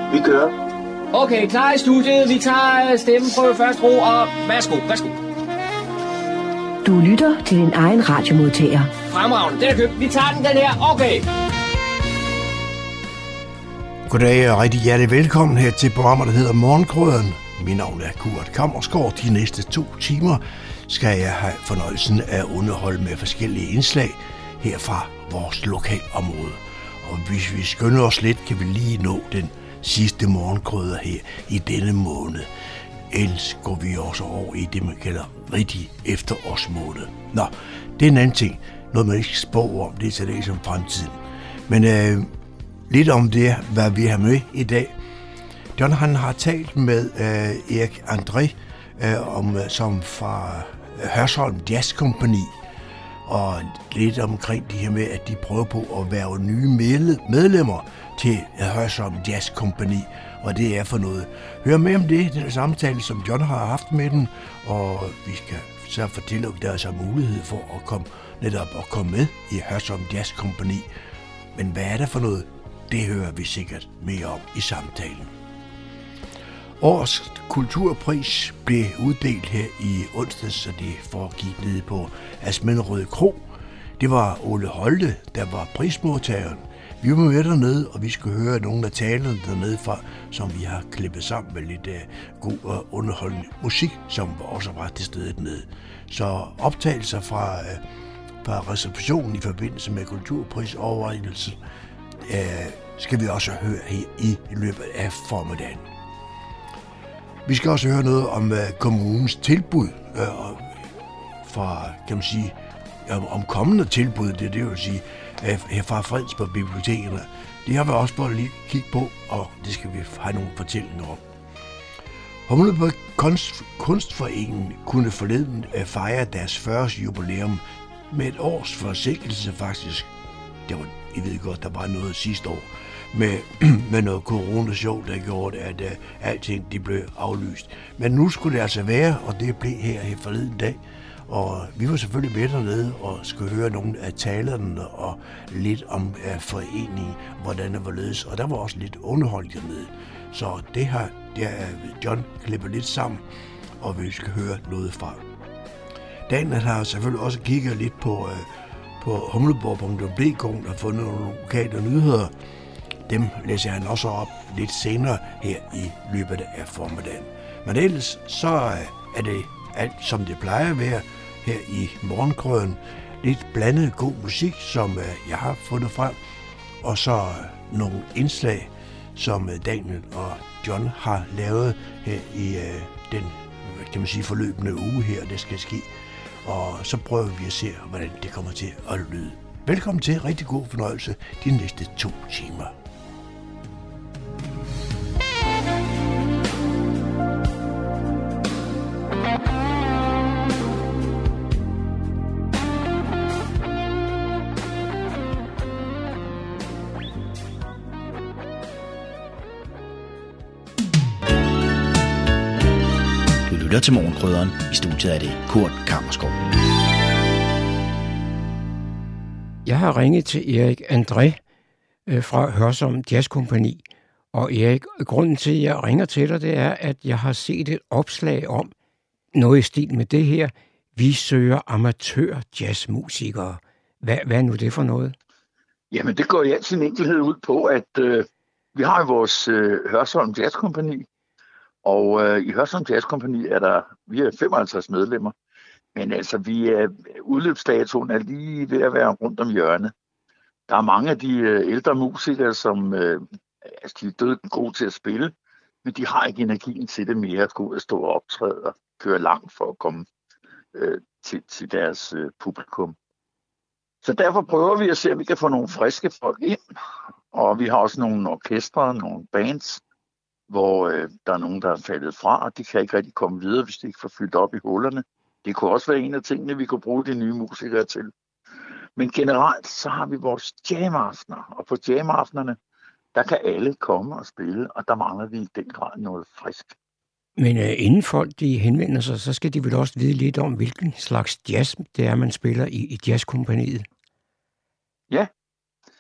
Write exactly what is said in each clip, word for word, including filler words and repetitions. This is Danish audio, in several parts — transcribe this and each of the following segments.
Vi kører. Okay, klar i studiet. Vi tager stemmeprøve først, ro, og værsgo, værsgo. Du lytter til din egen radiomodtager. Fremragende, den er købt. Vi tager den, den her. Okay. Goddag og rigtig hjertelig velkommen her til programmet, der hedder Morgenkrøderen. Mit navn er Kurt Kammersgaard. De næste to timer skal jeg have fornøjelsen af at underholde med forskellige indslag her fra vores lokalområde. Og hvis vi skynder os lidt, kan vi lige nå den sidste morgenkrøder her i denne måned. Ellers går vi også over i det, man kalder rigtig efterårsmåned. Nå, det er en anden ting. Noget, man ikke spår om, det er så det som fremtiden. Men øh, lidt om det, hvad vi har med i dag. John, han har talt med øh, Erik André, øh, om, som fra Hørsholm Jazz Company, og lidt omkring det her med, at de prøver på at være nye medlemmer til Hørsholm Jazz Company, og det er for noget. Hør med om det, den samtale, som John har haft med dem, og vi skal så fortælle, om der er så mulighed for at komme, netop at komme med i Hørsholm Jazz Company. Men hvad er der for noget? Det hører vi sikkert mere om i samtalen. Årets kulturpris blev uddelt her i onsdag, så det foregik nede på Asminderød Kro. Det var Ole Holte, der var prismodtageren. Vi var med dernede, og vi skulle høre nogle af talerne dernede fra, som vi har klippet sammen med lidt uh, god og underholdende musik, som også var til stede dernede. Så optagelser fra, uh, fra receptionen i forbindelse med kulturprisoverrækkelsen uh, skal vi også høre her i løbet af formiddagen. Vi skal også høre noget om uh, kommunens tilbud, uh, fra, kan man sige, um, om kommende tilbud, det, det vil sige, her fra Fredensborg bibliotekerne. Det har vi også bare lige kigge på, og det skal vi have nogle fortællinger om. Humleborg Kunst, Kunstforeningen kunne forleden fejre deres fyrre-års jubilæum med et års forsinkelse faktisk. Det var, I ved godt, der var noget sidste år med, med noget corona-sjov, der gjorde, at uh, alting de blev aflyst. Men nu skulle det altså være, og det blev her, her forleden dag. Og vi var selvfølgelig med dernede og skulle høre nogle af talerne og lidt om uh, foreningen, hvordan det var ledes. Og der var også lidt underhold dernede. Så det har det er John klippet lidt sammen, og vi skal høre noget fra. Daniel har selvfølgelig også kigget lidt på, uh, på humleborg punktum d k og fundet nogle lokale nyheder. Dem læser han også op lidt senere her i løbet af formiddagen. Men ellers så er det alt, som det plejer at være her i morgenkrøden. Lidt blandet god musik, som jeg har fundet frem, og så nogle indslag, som Daniel og John har lavet her i den, kan man sige, forløbende uge her, det skal ske. Og så prøver vi at se, hvordan det kommer til at lyde. Velkommen til. Rigtig god fornøjelse de næste to timer. Lytter til Morgenkrydderen. I studiet er det Kurt Kammersgaard. Jeg har ringet til Erik André fra Hørsholm Jazz Company. Og Erik, grunden til, at jeg ringer til dig, det er, at jeg har set et opslag om noget i stil med det her. Vi søger amatør jazzmusikere. Hvad, hvad er nu det for noget? Jamen, det går i al sin enkelhed ud på, at øh, vi har jo vores øh, Hørsholm Jazz Company. Og øh, i Hørsholm Jazz Company er der, vi er femoghalvtreds medlemmer, men altså vi er, udløbsdatoen er lige ved at være rundt om hjørnet. Der er mange af de øh, ældre musikere, som øh, altså, de er døde gode til at spille, men de har ikke energien til det mere at gå ud og stå og optræde og køre langt for at komme øh, til, til deres øh, publikum. Så derfor prøver vi at se, om vi kan få nogle friske folk ind, og vi har også nogle orkestre, nogle bands, hvor øh, der er nogen, der er faldet fra, og de kan ikke rigtig komme videre, hvis de ikke får fyldt op i hullerne. Det kunne også være en af tingene, vi kunne bruge de nye musikere til. Men generelt, så har vi vores jamaftener, og på jamaftenerne, der kan alle komme og spille, og der mangler vi i den grad noget frisk. Men øh, inden folk de henvender sig, så skal de vel også vide lidt om, hvilken slags jazz det er, man spiller i, i jazzkompaniet. Ja,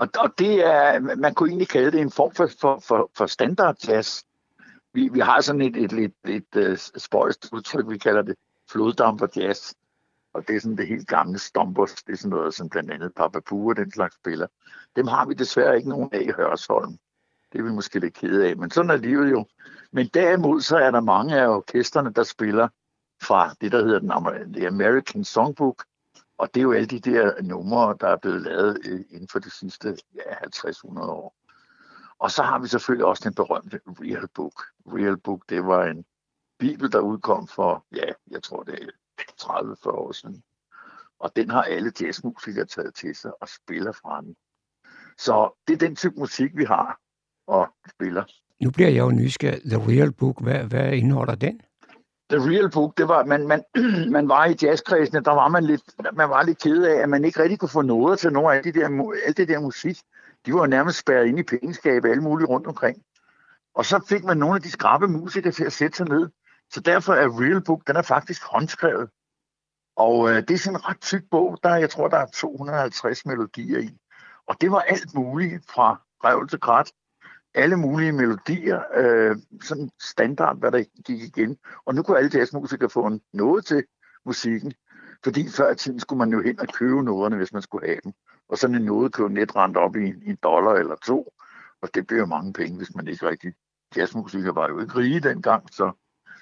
Og, og det er, man kunne egentlig kalde det en form for, for, for, for standard jazz. Vi, vi har sådan et, et, et, et, et spøjst udtryk, vi kalder det floddamper jazz. Og det er sådan det helt gamle Stompers, det er sådan noget som blandt andet Papa Poo og den slags spiller. Dem har vi desværre ikke nogen af i Hørsholm. Det er vi måske lidt kede af, men sådan er livet jo. Men derimod så er der mange af orkestrene, der spiller fra det, der hedder den The American Songbook. Og det er jo alle de der numre, der er blevet lavet inden for de sidste ja, halvtreds til hundrede år. Og så har vi selvfølgelig også den berømte Real Book. Real Book, det var en bibel, der udkom for, ja, jeg tror det er tredive til fyrre år siden. Og den har alle jazzmusikere taget til sig og spiller fra den. Så det er den type musik, vi har og spiller. Nu bliver jeg jo nysgerrig. The Real Book, hvad, hvad indeholder den? The Real Book, det var, man, man, man var i jazzkredsene, der var man lidt, man var lidt ked af, at man ikke rigtig kunne få noget til nogle af de der, alt det der musik. De var jo nærmest spærret inde i pengeskab, alle mulige rundt omkring. Og så fik man nogle af de skrappe musikere til at sætte sig ned. Så derfor er Real Book, den er faktisk håndskrevet. Og øh, det er sådan en ret tyk bog, der jeg tror, der er to hundrede og halvtreds melodier i. Og det var alt muligt fra revl til krat. Alle mulige melodier, øh, sådan standard, hvad der gik igen. Og nu kunne alle jazzmusikere få en noget til musikken. Fordi før i tiden skulle man jo hen og købe noderne, hvis man skulle have dem. Og sådan en node kunne net rent op i en dollar eller to. Og det blev jo mange penge, hvis man ikke rigtig... Jazzmusikere var jo ikke rige dengang, så...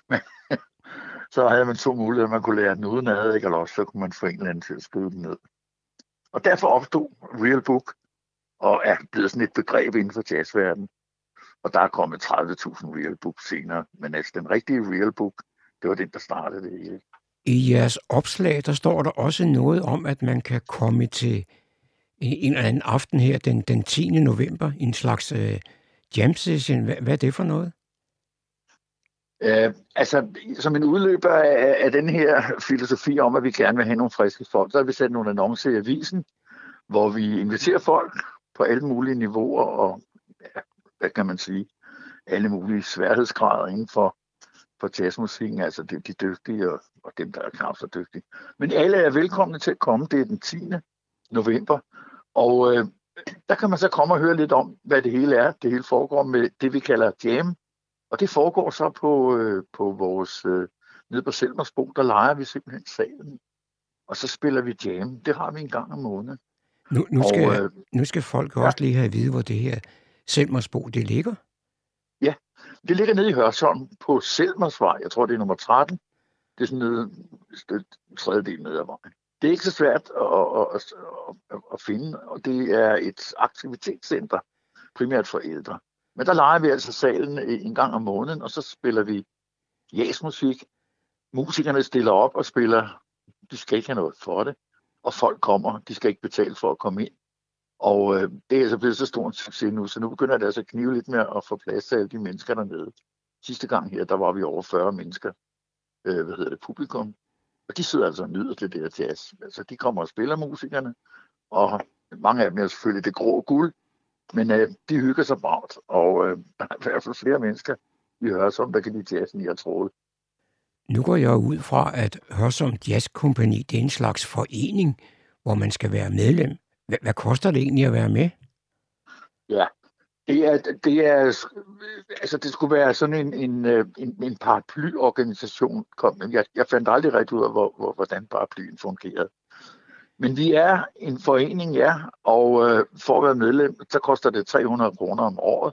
så havde man to muligheder, man kunne lære den udenad, ikke? Eller også så kunne man få en eller anden til at skrive den ned. Og derfor opstod Real Book, og er blevet sådan et begreb inden for jazzverdenen. Og der er kommet tredive tusind Real Book senere, men altså den rigtige Real Book, det var den, der startede det hele. I jeres opslag, der står der også noget om, at man kan komme til en eller anden aften her, den, den tiende november, en slags øh, jam session. Hvad, hvad er det for noget? Uh, altså, som en udløber af, af den her filosofi om, at vi gerne vil have nogle friske folk, så har vi sat nogle annoncer i avisen, hvor vi inviterer folk på alle mulige niveauer og, ja, hvad kan man sige, alle mulige sværhedsgrader inden for, for jazzmusikken, altså de, de dygtige og, og dem, der er knap så dygtige. Men alle er velkomne til at komme, det er den tiende november, og øh, der kan man så komme og høre lidt om, hvad det hele er. Det hele foregår med det, vi kalder jam. Og det foregår så på, øh, på vores, øh, nede på Selmersbo, der leger vi simpelthen salen. Og så spiller vi jam. Det har vi en gang om måneden. Nu, nu, skal, og, øh, nu skal folk ja. også lige have at vide, hvor det her Selmersbo, det ligger. Ja, det ligger nede i Hørsholm på Selmersvej. Jeg tror, det er nummer tretten. Det er sådan nede, et tredjedel ned ad vejen. Det er ikke så svært at, at, at, at finde, og det er et aktivitetscenter, primært for ældre. Men der leger vi altså salen en gang om måneden, og så spiller vi jazzmusik. Musikerne stiller op og spiller. De skal ikke have noget for det. Og folk kommer. De skal ikke betale for at komme ind. Og øh, det er altså blevet så stor en succes nu, så nu begynder det altså at knive lidt med at få plads til alle de mennesker dernede. Sidste gang her, der var vi over fyrre mennesker, øh, hvad hedder det, publikum. Og de sidder altså og nyder det der jazz. Altså de kommer og spiller musikerne, og mange af dem er selvfølgelig det grå guld. Men øh, de hygger sig bragt, og øh, der er i hvert fald flere mennesker, vi hører som, der kan lide jazzen, jeg troede. Nu går jeg ud fra, at Hørsholm Jazzkompagni, det er en slags forening, hvor man skal være medlem. Hvad, hvad koster det egentlig at være med? Ja, det er, det er, altså det skulle være sådan en, en, en, en paraplyorganisation. Jeg, jeg fandt aldrig rigtig ud af, hvor, hvor, hvordan paraplyen fungerede. Men vi er en forening, ja, og øh, for at være medlem, så koster det tre hundrede kroner om året.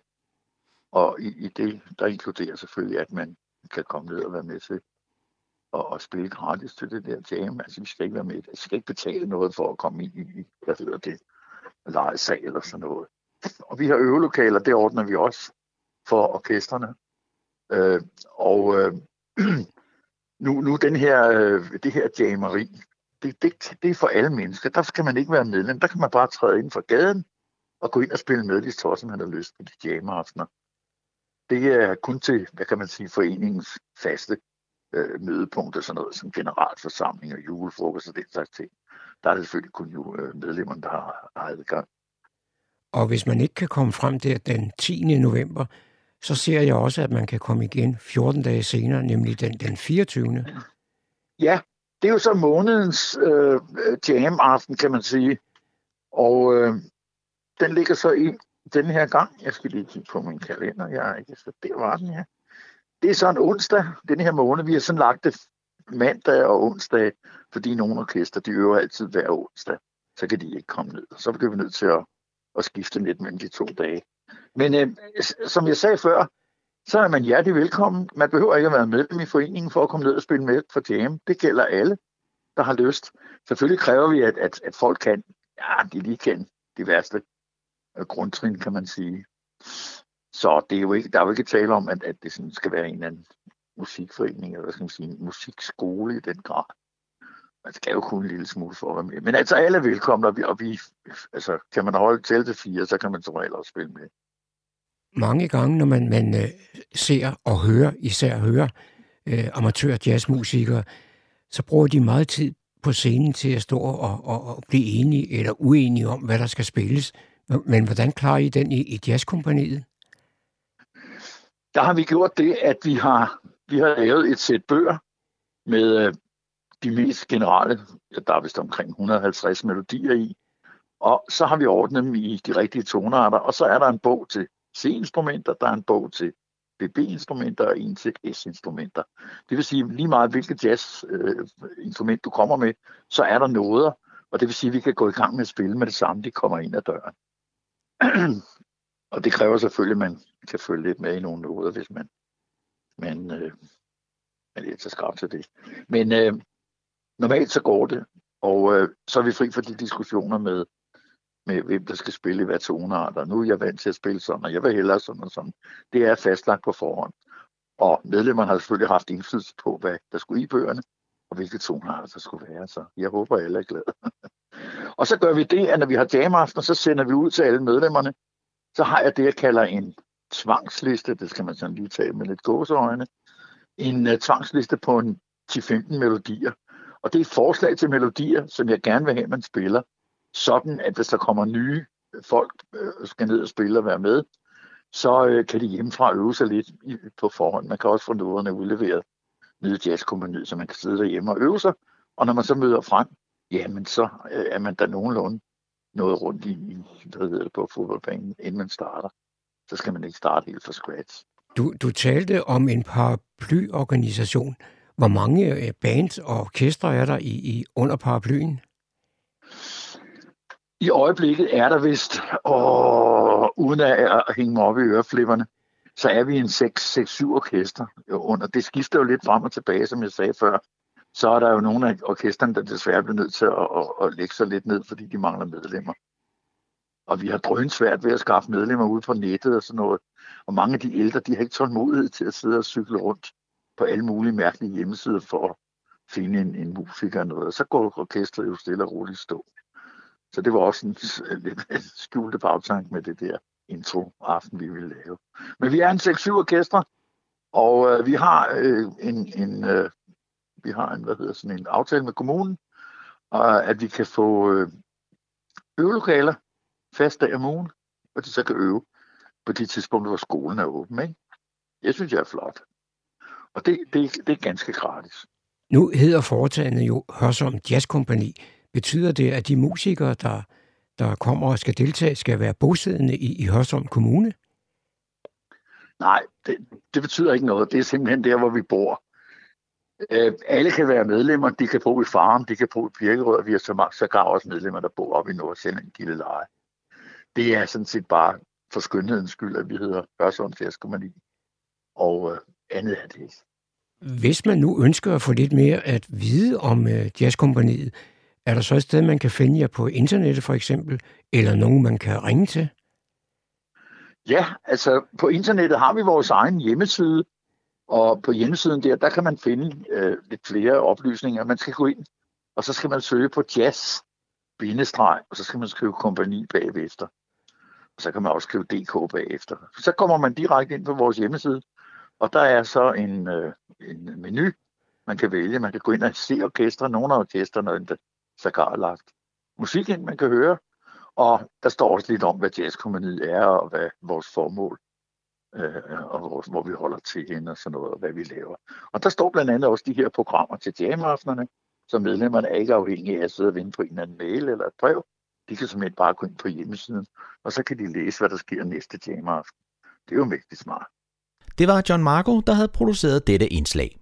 Og i, i det, der inkluderer selvfølgelig, at man kan komme ned og være med til at, at spille gratis til det der jam. Altså, vi skal ikke være med. Vi skal ikke betale noget for at komme ind i, hvad hedder det, lejesal eller sådan noget. Og vi har øvelokaler, det ordner vi også for orkestrene. Øh, og øh, nu, nu den her, øh, det her jammeri, Det, det, det er for alle mennesker. Der skal man ikke være medlem. Der kan man bare træde ind fra gaden og gå ind og spille med, hvis tosset man har lyst på de jamaftener. Det er kun til, hvad kan man sige, foreningens faste øh, mødepunkter, sådan noget som generalforsamling og julefrokost og den slags ting. Der er det selvfølgelig kun jo øh, medlemmerne, der har, har adgang. Og hvis man ikke kan komme frem der den tiende november, så ser jeg også, at man kan komme igen fjorten dage senere, nemlig den, den fireogtyvende Ja, det er jo så månedens øh, jam-aften, kan man sige. Og øh, den ligger så i den her gang. Jeg skal lige kigge på min kalender. Jeg er ikke så der var den her. Det er så en onsdag, den her måned. Vi har sådan lagt det mandag og onsdag, fordi nogle orkester, de øver altid hver onsdag. Så kan de ikke komme ned. Så bliver vi nødt til at, at skifte lidt mellem de to dage. Men øh, som jeg sagde før, så er man hjertelig velkommen. Man behøver ikke at være medlem i foreningen for at komme ned og spille med for jam. Det gælder alle, der har lyst. Selvfølgelig kræver vi, at, at, at folk kan, ja, de lige kan de værste grundtrin, kan man sige. Så det er jo ikke, der er jo ikke tale om, at, at det sådan skal være en eller anden musikforening, eller hvad skal man sige, en musikskole i den grad. Man skal jo kunne en lille smule for at være med. Men altså alle er velkomne, og vi, og vi altså, kan man holde til til fire, så kan man som regel også spille med. Mange gange, når man, man øh, ser og hører, især hører øh, amatør jazzmusikere, så bruger de meget tid på scenen til at stå og, og, og blive enige eller uenige om, hvad der skal spilles. Men hvordan klarer I den i, i jazzkompaniet? Der har vi gjort det, at vi har, vi har lavet et sæt bøger med øh, de mest generelle, ja, der er vist omkring et hundrede og halvtreds melodier i, og så har vi ordnet dem i de rigtige tonearter, og så er der en bog til C-instrumenter, der er en bog til B B-instrumenter og en til S-instrumenter. Det vil sige, lige meget hvilket jazz-instrument øh, du kommer med, så er der noder, og det vil sige, at vi kan gå i gang med at spille med det samme, de kommer ind ad døren. Og det kræver selvfølgelig, at man kan følge lidt med i nogle noder, hvis man, man, øh, man er så skarp til det. Men øh, normalt så går det, og øh, så er vi fri for de diskussioner med, med hvem der skal spille i hvad tonearter. Nu er jeg vant til at spille sådan, og jeg vil hellere sådan og sådan. Det er fastlagt på forhånd. Og medlemmerne har selvfølgelig haft indflydelse på, hvad der skulle i bøgerne, og hvilke tonearter der skulle være. Så jeg håber, alle er glade. Og så gør vi det, at når vi har jamaften, så sender vi ud til alle medlemmerne. Så har jeg det, jeg kalder en tvangsliste. Det skal man sådan lige tage med lidt gåseøjne. En uh, tvangsliste på en ti til femten melodier. Og det er et forslag til melodier, som jeg gerne vil have, man spiller. Sådan, at hvis der kommer nye folk, øh, skal ned og spille og være med, så øh, kan de hjemmefra øve sig lidt i, på forhånd. Man kan også få noderne udleveret nede i jazzkompaniet, så man kan sidde derhjemme og øve sig. Og når man så møder frem, jamen så øh, er man da nogenlunde noget rundt i, hvad hedder det, på fodboldbanen, inden man starter. Så skal man ikke starte helt fra scratch. Du, du talte om en paraplyorganisation. Hvor mange bands og orkestre er der i, i under paraplyen? I øjeblikket er der vist, og uden at hænge mig op i øreflipperne, så er vi en seks syv orkester under. Det skifter jo lidt frem og tilbage, som jeg sagde før. Så er der jo nogle af orkestrene, der desværre bliver nødt til at, at, at lægge sig lidt ned, fordi de mangler medlemmer. Og vi har drønsvært ved at skaffe medlemmer ude på nettet og sådan noget. Og mange af de ældre, de har ikke tålmodighed til at sidde og cykle rundt på alle mulige mærkelige hjemmesider for at finde en, en musiker og noget. Og så går orkestret jo stille og roligt stå. Så det var også en lidt skjulte bagtanke med det der intro-aften, vi ville lave. Men vi er en seks syv orkestre, og øh, vi har øh, en, en øh, vi har en, hvad hedder sådan en aftale med kommunen, og at vi kan få øh, øvelokaler fast dag om ugen, og de så kan øve på de tidspunkter, hvor skolen er åben. Ikke? Jeg synes, jeg er flot. Og det, det, det er ganske gratis. Nu hedder foretagendet jo Hørsholm Jazzkompani. Betyder det, at de musikere, der, der kommer og skal deltage, skal være bosiddende i, i Hørsholm Kommune? Nej, det, det betyder ikke noget. Det er simpelthen der, hvor vi bor. Øh, alle kan være medlemmer. De kan bo i Farum, de kan bo i Birkerød, og vi har så sågar også medlemmer, der bor oppe i Nordsjælland, Gilleleje. Det er sådan set bare for skønhedens skyld, at vi hedder Hørsholm Jazzkompani. Og øh, andet er det ikke. Hvis man nu ønsker at få lidt mere at vide om øh, Jazzkompaniet, er der så et sted, man kan finde jer på internettet for eksempel, eller nogen, man kan ringe til? Ja, altså på internettet har vi vores egen hjemmeside, og på hjemmesiden der, der kan man finde øh, lidt flere oplysninger. Man skal gå ind, og så skal man søge på jazz, bindestreg, og så skal man skrive kompagni bagefter. Og så kan man også skrive D K bagefter. Så kommer man direkte ind på vores hjemmeside, og der er så en, øh, en menu, man kan vælge. Man kan gå ind og se orkestre, nogle af orkestrene, og der sågar er lagt musik ind, man kan høre. Og der står også lidt om, hvad jazzkompaniet er, og hvad vores formål, øh, og vores, hvor vi holder til hende, og sådan noget, og hvad vi laver. Og der står blandt andet også de her programmer til jamaftenerne, så medlemmerne er ikke afhængige af at sidde og vente på en eller anden mail eller et brev. de kan simpelthen bare gå ind på hjemmesiden, og så kan de læse, hvad der sker næste temaaften. Det er jo mægtigt smart. Det var John Marco, der havde produceret dette indslag.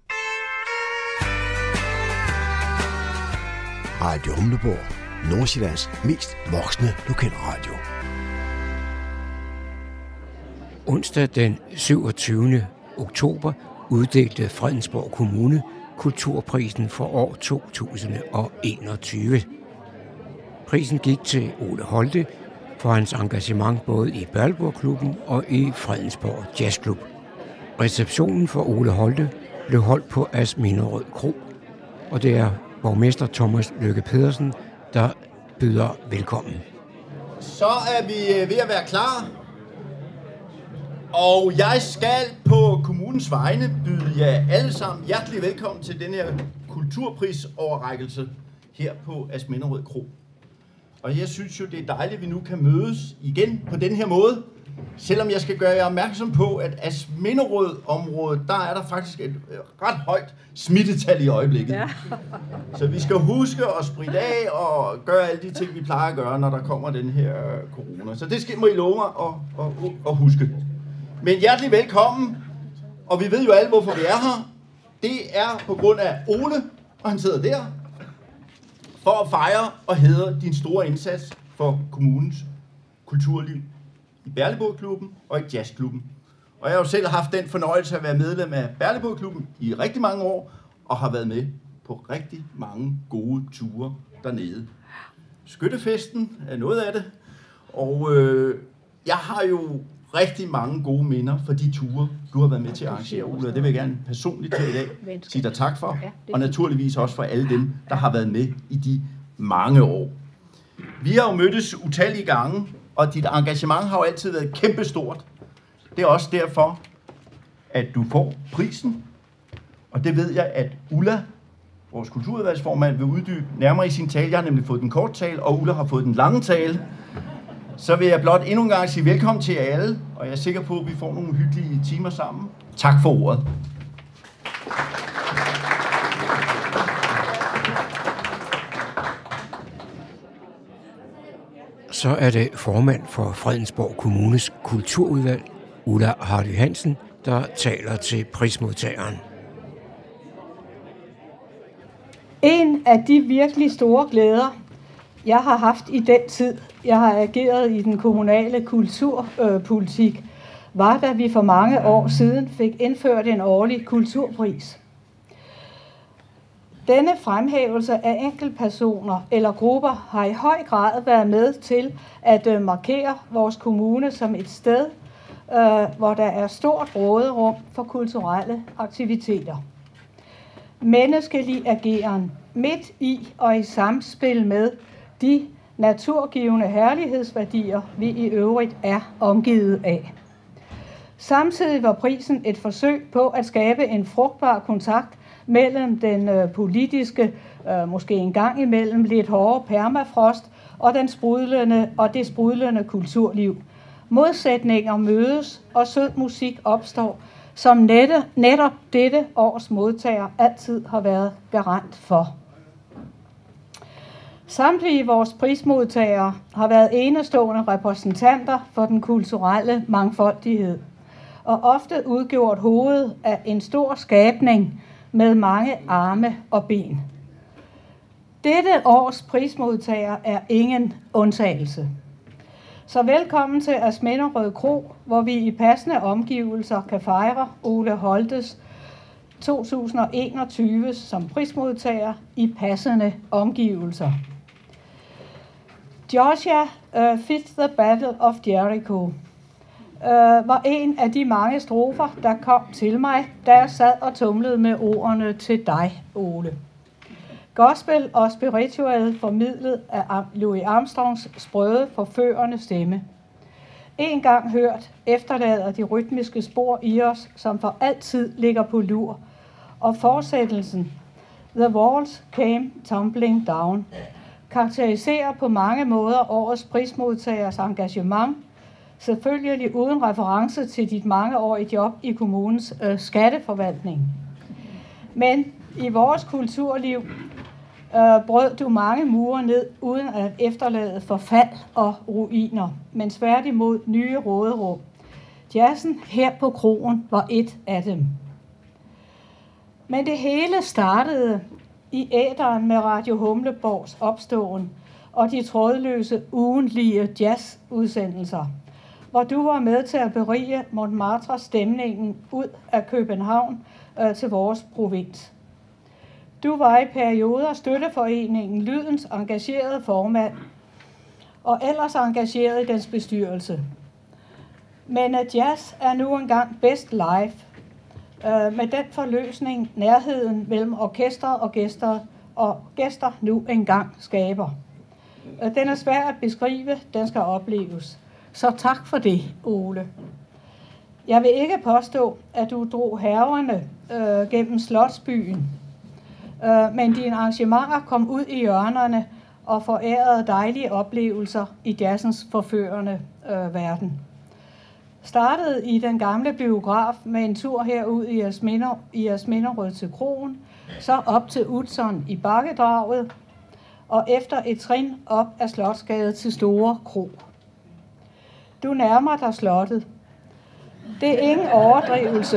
Radio Humleborg, Nordsjællands mest voksne lokalradio. Onsdag den syvogtyvende oktober uddelte Fredensborg Kommune Kulturprisen for år to tusind og enogtyve. Prisen gik til Ole Holte for hans engagement både i Berleburg-klubben og i Fredensborg Jazzklub. Receptionen for Ole Holte blev holdt på Asminderød Kro, og det er borgmester Thomas Lykke Pedersen, der byder velkommen. Så er vi ved at være klar, og jeg skal på kommunens vegne byde jer alle sammen hjertelig velkommen til den her kulturprisoverrækkelse her på Asminderød Kro. Og jeg synes jo, det er dejligt, at vi nu kan mødes igen på den her måde. Selvom jeg skal gøre jer opmærksom på, at Asminderød-området, der er der faktisk et ret højt smittetal i øjeblikket. Ja. Så vi skal huske at spritte af og gøre alle de ting, vi plejer at gøre, når der kommer den her corona. Så det skal må I love mig at, at, at huske. Men hjertelig velkommen, og vi ved jo alle, hvorfor vi er her. Det er på grund af Ole, og han sidder der, for at fejre og hædre din store indsats for kommunens kulturliv i Berleburg-klubben og i Jazzklubben. Og jeg har jo selv haft den fornøjelse at være medlem af Berleburg-klubben i rigtig mange år, og har været med på rigtig mange gode ture dernede. Skyttefesten er noget af det, og øh, jeg har jo rigtig mange gode minder for de ture, du har været med til at arrangere, Ole. Det vil jeg gerne personligt til i dag sige dig tak for, og naturligvis også for alle dem, der har været med i de mange år. Vi har jo mødtes utallige gange, og dit engagement har jo altid været kæmpestort. Det er også derfor, at du får prisen, og det ved jeg, at Ulla, vores kulturudvalgsformand, vil uddybe nærmere i sin tale. Jeg har nemlig fået den kort tale, og Ulla har fået den lange tale. Så vil jeg blot endnu en gang sige velkommen til jer alle, og jeg er sikker på, at vi får nogle hyggelige timer sammen. Tak for ordet. Så er det formand for Fredensborg Kommunes kulturudvalg, Ulla Hardy Hansen, der taler til prismodtageren. En af de virkelig store glæder, jeg har haft i den tid, jeg har ageret i den kommunale kulturpolitik, øh, var, da vi for mange år siden fik indført en årlig kulturpris. Denne fremhævelse af enkeltpersoner eller grupper har i høj grad været med til at øh, markere vores kommune som et sted, øh, hvor der er stort råderum for kulturelle aktiviteter. Menneskelig ageren midt i og i samspil med de naturgivende herlighedsværdier, vi i øvrigt er omgivet af. Samtidig var prisen et forsøg på at skabe en frugtbar kontakt mellem den øh, politiske, øh, måske en gang imellem lidt hårde permafrost, og, den sprudlende, og det sprudlende kulturliv. Modsætninger mødes, og sød musik opstår, som nette, netop dette års modtager altid har været garant for. Samtlige vores prismodtagere har været enestående repræsentanter for den kulturelle mangfoldighed, og ofte udgjort hovedet af en stor skabning med mange arme og ben. Dette års prismodtager er ingen undtagelse. Så velkommen til Asminderød Kro, hvor vi i passende omgivelser kan fejre Ole Holtes to tusind og enogtyve som prismodtager i passende omgivelser. Joshua uh, Fit the Battle of Jericho uh, var en af de mange strofer, der kom til mig, da jeg sad og tumlede med ordene til dig, Ole. Gospel og spiritual formidlet af Louis Armstrongs sprøde, forførende stemme. En gang hørt efterlader de rytmiske spor i os, som for altid ligger på lur. Og fortsættelsen, The Walls Came Tumbling Down, karakteriserer på mange måder årets prismodtagers engagement, selvfølgelig uden reference til dit mangeårige job i kommunens øh, skatteforvaltning. Men i vores kulturliv øh, brød du mange mure ned, uden at efterlade forfald og ruiner, men tværtimod nye råderum. Jazzen her på kroen var et af dem. Men det hele startede i æteren med Radio Humleborgs opståen og de trådløse ugentlige jazzudsendelser, hvor du var med til at berige Montmartres stemningen ud af København øh, til vores provins. Du var i perioder støtteforeningen Lydens engagerede formand, og ellers engageret i dens bestyrelse. Men at jazz er nu engang bedst live, øh, med den forløsning, nærheden mellem orkester og gæster, og gæster nu engang skaber. Øh, den er svær at beskrive, den skal opleves. Så tak for det, Ole. Jeg vil ikke påstå, at du drog herrerne øh, gennem Slotsbyen, øh, men dine arrangementer kom ud i hjørnerne og forærede dejlige oplevelser i jazzens forførende øh, verden. Startede i den gamle biograf med en tur herud i Asminder, i Asminderød til Kroen, så op til Utzon i Bakkedraget, og efter et trin op ad Slotsgade til Store Kro. Du nærmer dig slottet. Det er ingen overdrivelse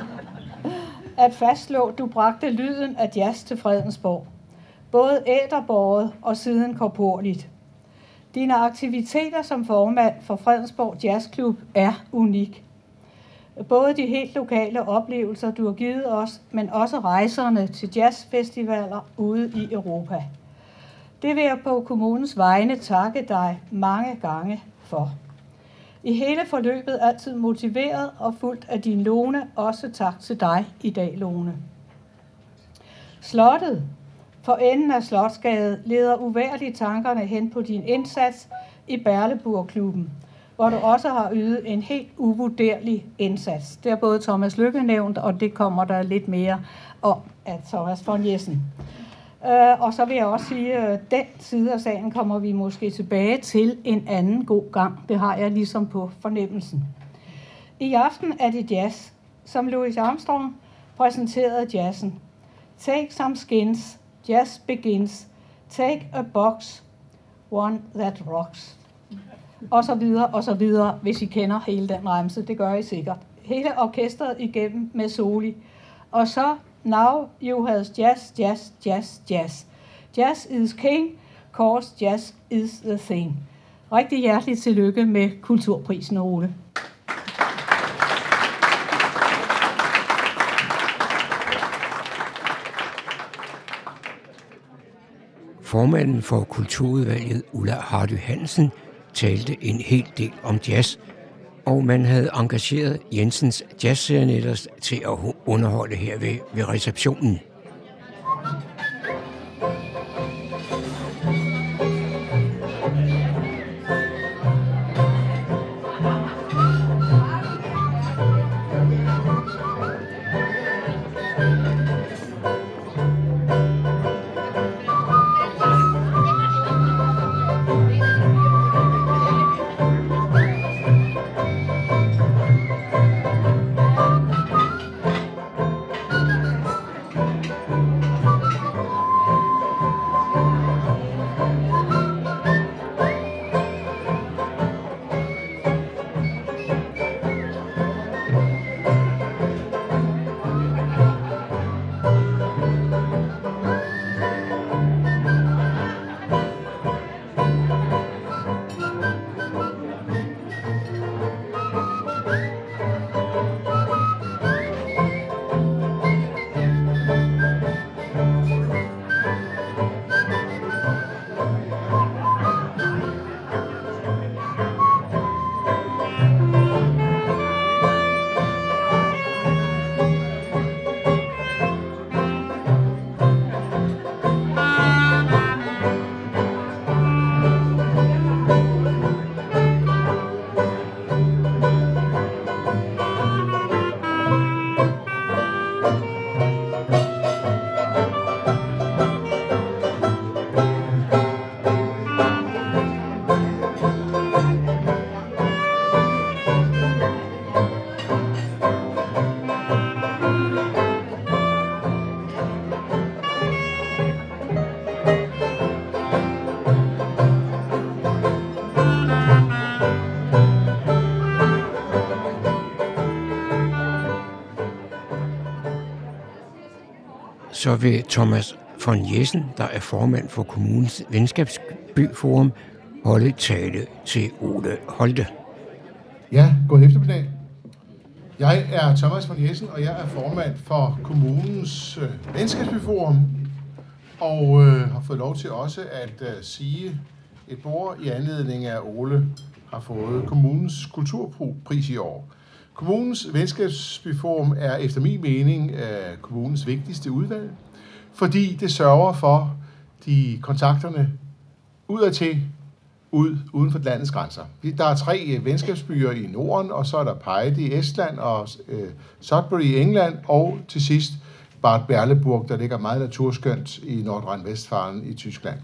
at fastslå, du bragte lyden af jazz til Fredensborg. Både æterbåret og siden korporligt. Dine aktiviteter som formand for Fredensborg Jazzklub er unik. Både de helt lokale oplevelser, du har givet os, men også rejserne til jazzfestivaler ude i Europa. Det vil jeg på kommunens vegne takke dig mange gange for. I hele forløbet altid motiveret og fuldt af din Lone. Også tak til dig i dag, Lone. Slottet for enden af Slotsgade leder uværligt tankerne hen på din indsats i Berleburgklubben, hvor du også har ydet en helt uvurderlig indsats. Det er både Thomas Lykke nævnt, og det kommer der lidt mere om af Thomas von Jessen. Uh, og så vil jeg også sige, at uh, den side af sagen kommer vi måske tilbage til en anden god gang. Det har jeg ligesom på fornemmelsen. I aften er det jazz, som Louis Armstrong præsenterede jazzen. Take some skins, jazz begins. Take a box, one that rocks. Og så videre, og så videre, hvis I kender hele den remse. Det gør I sikkert. Hele orkestret igennem med soli. Og så now you has jazz, jazz, jazz, jazz. Jazz is king, cause jazz is the thing. Rigtig hjerteligt tillykke med Kulturprisen, Ole. Formanden for Kulturudvalget, Ulla Hardy Hansen, talte en hel del om jazz, og man havde engageret Jensens jazzserenetters til at underholde her ved, ved receptionen. så vil Thomas von Jessen, der er formand for kommunens venskabsbyforum, holde tale til Ole Holte. Ja, god eftermiddag. Jeg er Thomas von Jessen, og jeg er formand for kommunens øh, venskabsbyforum, og øh, har fået lov til også at øh, sige et ord i anledning af, at Ole har fået kommunens kulturpris i år. Kommunens venskabsbyforum er efter min mening øh, kommunens vigtigste udvalg, fordi det sørger for de kontakterne udadtil, ud, uden for landets grænser. Der er tre venskabsbyer i Norden, og så er der Pejde i Estland, og øh, Sudbury i England, og til sidst Bad Berleburg, der ligger meget naturskønt i Nordrhein-Westfalen i Tyskland.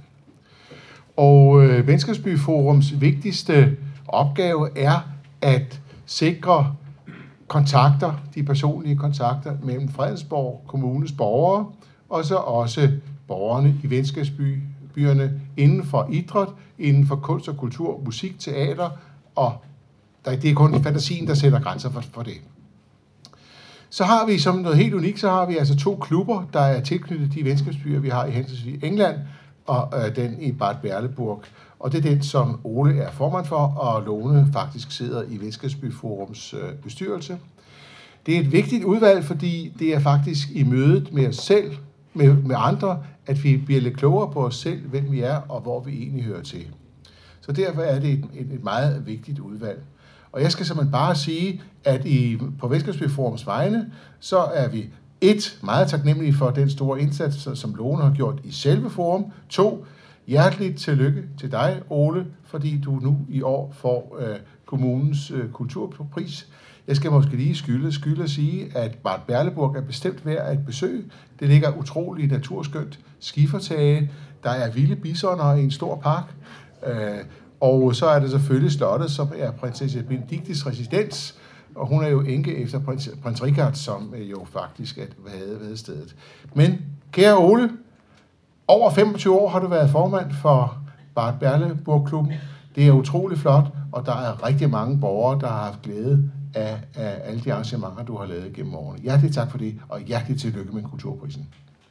Og øh, Venskabsbyforums vigtigste opgave er at sikre kontakter, de personlige kontakter mellem Fredensborg Kommunes borgere, og så også borgerne i venskabsbyerne inden for idræt, inden for kunst og kultur, musik, teater, og det er kun fantasien, der sætter grænser for, for det. Så har vi som noget helt unikt, så har vi altså to klubber, der er tilknyttet de venskabsbyer, vi har i henholdsvis England, og øh, den i Bad Berleburg. Og det er den, som Ole er formand for, og Lone faktisk sidder i Venskabsbyforums øh, bestyrelse. Det er et vigtigt udvalg, fordi det er faktisk i mødet med os selv, med, med andre, at vi bliver lidt klogere på os selv, hvem vi er, og hvor vi egentlig hører til. Så derfor er det et, et, et meget vigtigt udvalg. Og jeg skal simpelthen bare sige, at i, på Venskabsbyforums vegne, så er vi et, meget taknemmelige for den store indsats, som Lone har gjort i selve forum. To, hjerteligt tillykke til dig, Ole, fordi du nu i år får øh, kommunens øh, kulturpris. Jeg skal måske lige skylde, skylde at sige, at Bad Berleburg er bestemt værd at besøge. Det ligger utroligt naturskønt skifertage. Der er vilde bisoner i en stor park. Øh, og så er det selvfølgelig slottet, som er prinsesse Benediktes residens. Og hun er jo enke efter prins, prins Richard, som jo faktisk havde været stedet. Men kære Ole, over femogtyve år har du været formand for Bad Berleburg-klubben. Det er utrolig flot, og der er rigtig mange borgere, der har haft glæde af, af alle de arrangementer, du har lavet gennem årene. Hjertelig tak for det, og hjertelig tillykke med kulturprisen.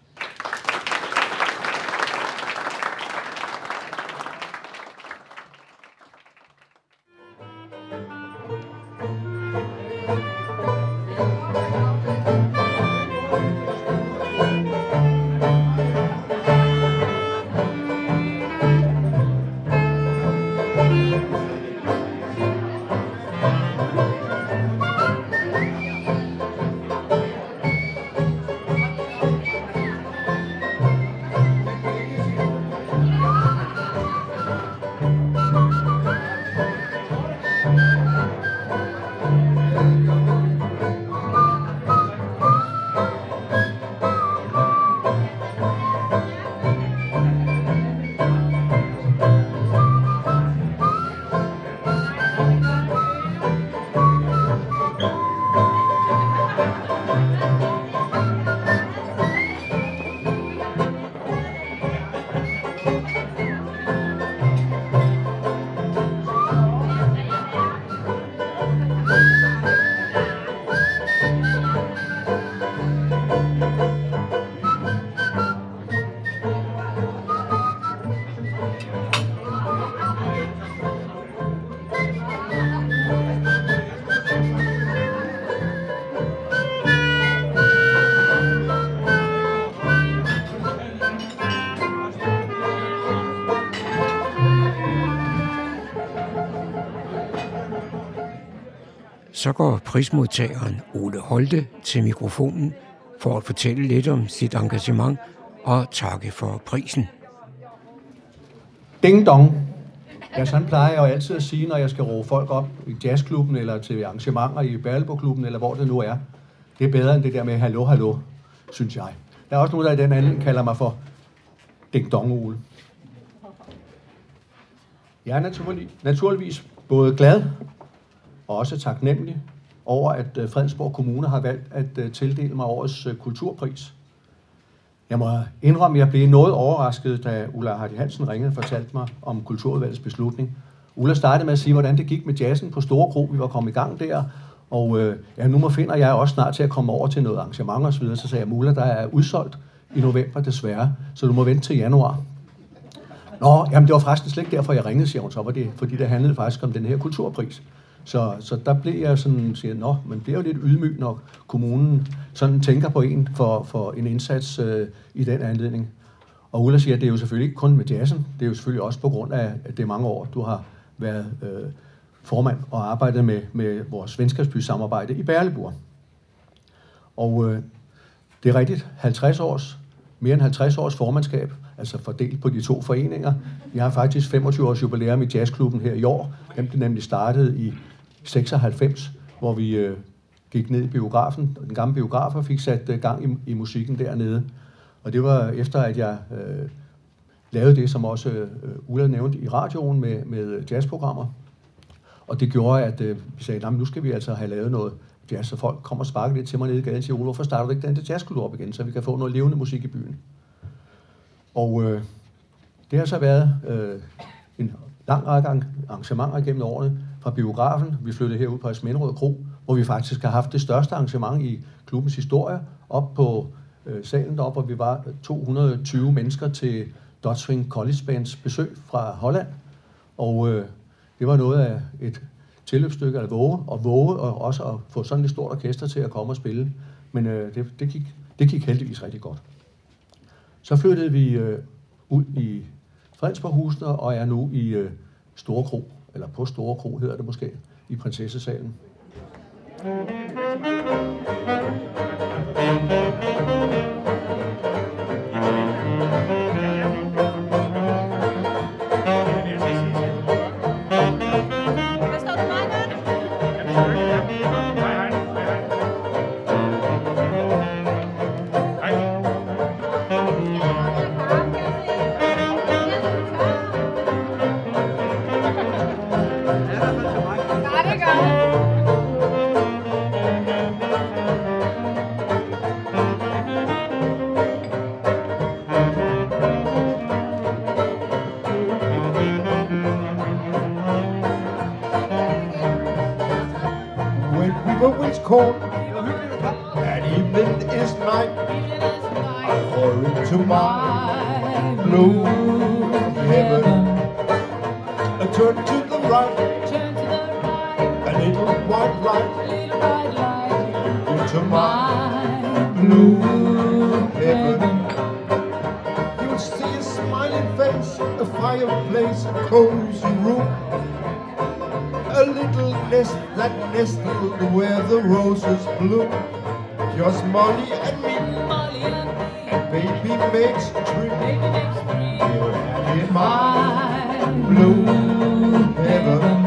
Så går prismodtageren Ole Holte til mikrofonen for at fortælle lidt om sit engagement og takke for prisen. Ding dong. Ja, sådan plejer jeg jo altid at sige, når jeg skal råbe folk op i jazzklubben eller til arrangementer i Berleburg-klubben eller hvor det nu er. Det er bedre end det der med hallo, hallo, synes jeg. Der er også nogen, der i den anden kalder mig for Ding dong Ole. Jeg er naturlig, naturligvis både glad og også taknemmelig over, at Fredensborg Kommune har valgt at tildele mig årets kulturpris. Jeg må indrømme, at jeg blev noget overrasket, da Ulla Hardy Hansen ringede og fortalte mig om kulturudvalgets beslutning. Ulla startede med at sige, hvordan det gik med jazzen på Store Kro. Vi var kommet i gang der, og øh, ja, nu må finder jeg også snart til at komme over til noget arrangement og så videre. Så sagde jeg, Ulla, der er udsolgt. i november, desværre, så du må vente til januar. Nå, jamen det var faktisk slet ikke derfor, jeg ringede, siger hun så, var det, fordi det handlede faktisk om den her kulturpris. Så, så der blev jeg sådan, siger, nå, man bliver jo lidt ydmyg, når kommunen sådan tænker på en for, for en indsats øh, i den anledning. Og Ulla siger, at det er jo selvfølgelig ikke kun med jazzen, det er jo selvfølgelig også på grund af, at det er mange år, du har været øh, formand og arbejdet med, med vores venskabsby-samarbejde i Berleburg. Og øh, det er rigtigt, halvtreds års, mere end halvtreds års formandskab, altså fordelt på de to foreninger. Vi har faktisk femogtyve års jubilæum i jazzklubben her i år. Den blev nemlig startet i seksoghalvfems, hvor vi øh, gik ned i biografen, den gamle biograf, og fik sat øh, gang i, i musikken dernede. Og det var efter, at jeg øh, lavede det, som også øh, Ulla nævnte i radioen med, med jazzprogrammer. Og det gjorde, at øh, vi sagde, nu skal vi altså have lavet noget jazz, så folk kommer og sparker lidt til mig nede i gaden og siger, Ulla, hvorfor starter du ikke den til jazzklub op igen, så vi kan få noget levende musik i byen. Og øh, det har så været øh, en lang række arrangementer gennem årene fra biografen. Vi flyttede herud på Asminderød Kro, hvor vi faktisk har haft det største arrangement i klubbens historie, op på øh, salen deroppe, hvor vi var to hundrede og tyve mennesker til Dodswing College Bands besøg fra Holland. Og øh, det var noget af et tilløbsstykke at våge, og våge og også at få sådan et stort orkester til at komme og spille. Men øh, det, det, gik, det gik heldigvis rigtig godt. Så flyttede vi øh, ud i Fredensborghusene og er nu i øh, Store Kro, eller på Store Kro hedder det måske, i Prinsessesalen. Cold. That evening is night. I fall into my blue heaven. I turn to the right. A little white light into my blue heaven. You'll see a smiling face, a fireplace, a cozy room. A little nest that nestled where the roses bloom. Just Molly and me, and baby makes three. You're in my blue heaven.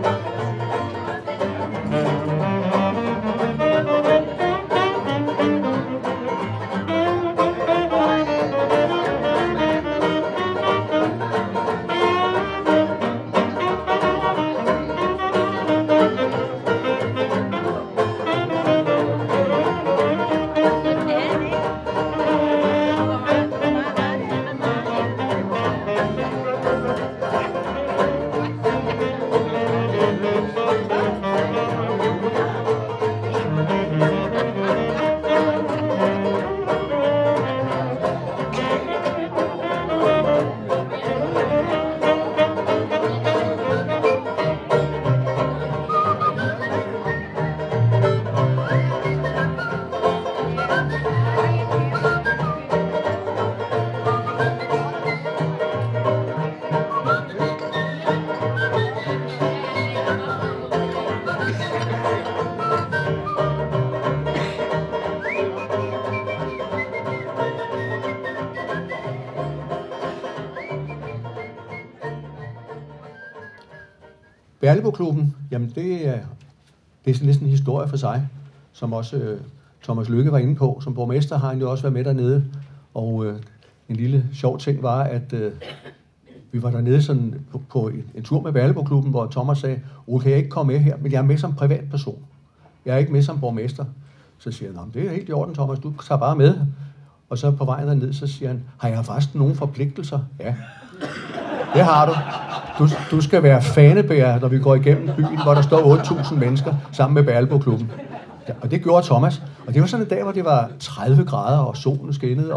Berleburg-klubben, jamen det er, det er næsten en historie for sig, som også øh, Thomas Lykke var inde på. Som borgmester har han jo også været med dernede, og øh, en lille sjov ting var, at øh, vi var dernede sådan på, på en, en tur med Berleburg-klubben, hvor Thomas sagde, Ole, kan jeg ikke komme med her, men jeg er med som privatperson. Jeg er ikke med som borgmester. Så siger han, det er helt i orden, Thomas, du tager bare med. Og så på vejen derned, så siger han, har jeg faktisk nogle forpligtelser? Ja, det har du. Du, du skal være fanebærer, når vi går igennem byen, hvor der står otte tusind mennesker sammen med Berleburg-klubben. Ja, og det gjorde Thomas. Og det var sådan en dag, hvor det var tredive grader, og solen skinnede, og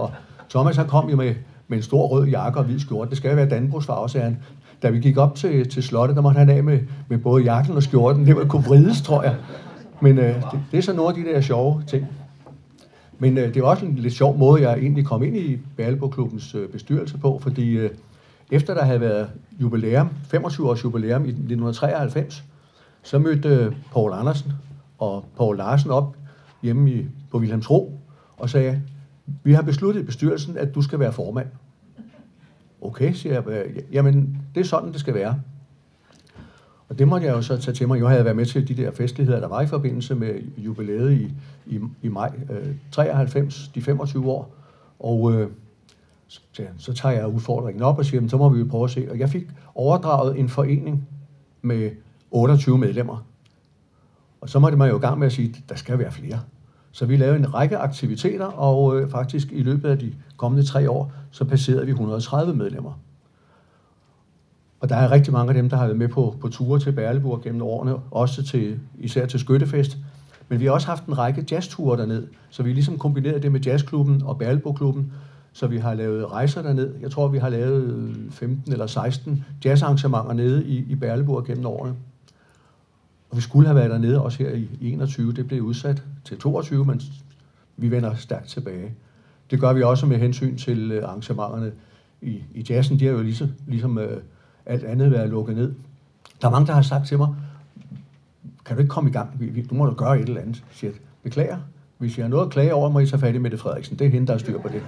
Thomas han kom jo med, med en stor rød jakke og hvid skjorte. Det skal jo være Dannebrogsfarve, sagde han. Da vi gik op til, til slottet, der måtte han af med, med både jakken og skjorten. Det var kunne vrides, tror jeg. Men øh, det, det er så nogle af de der sjove ting. Men øh, det var også en lidt sjov måde, jeg egentlig kom ind i Berleboklubbens øh, bestyrelse på, fordi øh, efter der havde været jubilæum, femogtyve års jubilæum i nitten treoghalvfems, så mødte øh, Poul Andersen og Poul Larsen op hjemme i, på Wilhelmsro og sagde, vi har besluttet i bestyrelsen, at du skal være formand. Okay, siger jeg. Jamen, det er sådan, det skal være. Og det måtte jeg jo så tage til mig. Jeg havde været med til de der festligheder, der var i forbindelse med jubilæet i, i, i maj øh, treoghalvfems, de femogtyve år. Og øh, så, så tager jeg udfordringen op og siger, så må vi jo prøve at se. Og jeg fik overdraget en forening med otteogtyve medlemmer. Og så måtte man jo i gang med at sige, at der skal være flere. Så vi lavede en række aktiviteter, og øh, faktisk i løbet af de kommende tre år, så passerede vi et hundrede og tredive medlemmer. Og der er rigtig mange af dem, der har været med på, på ture til Berleburg gennem årene, også til, især til Skyttefest. Men vi har også haft en række jazzture derned, så vi ligesom kombineret det med jazzklubben og Berleburgklubben, så vi har lavet rejser derned. Jeg tror, vi har lavet femten eller seksten jazzarrangementer nede i, i Berleburg gennem årene. Og vi skulle have været dernede også her i enogtyve. Det blev udsat til toogtyve, men vi vender stærkt tilbage. Det gør vi også med hensyn til arrangementerne i, i jazzen. De har jo ligesom, ligesom øh, alt andet været lukket ned. Der er mange, der har sagt til mig, kan du ikke komme i gang? Du må da gøre et eller andet. Jeg siger, beklager. Hvis jeg har noget at klage over, må I tage fat i Mette Frederiksen. Det er hende, der er styr på det.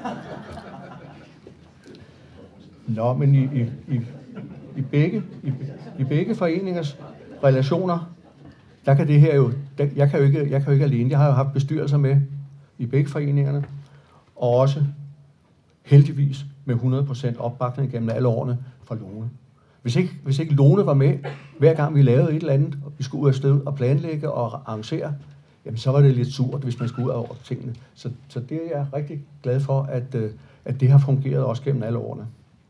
Nå, men i, i, i, i, begge, i, i begge foreningers relationer, der kan det her jo, der, jeg kan jo ikke, jeg kan jo ikke alene, jeg har jo haft bestyrelser med i begge foreningerne, og også heldigvis med hundrede procent opbakning gennem alle årene fra Lone. Hvis ikke, hvis ikke Lone var med, hver gang vi lavede et eller andet, og vi skulle ud afsted og planlægge og arrangere, jamen så var det lidt surt, hvis man skulle ud over tingene. Så, så det er jeg rigtig glad for, at, at det har fungeret også gennem alle årene.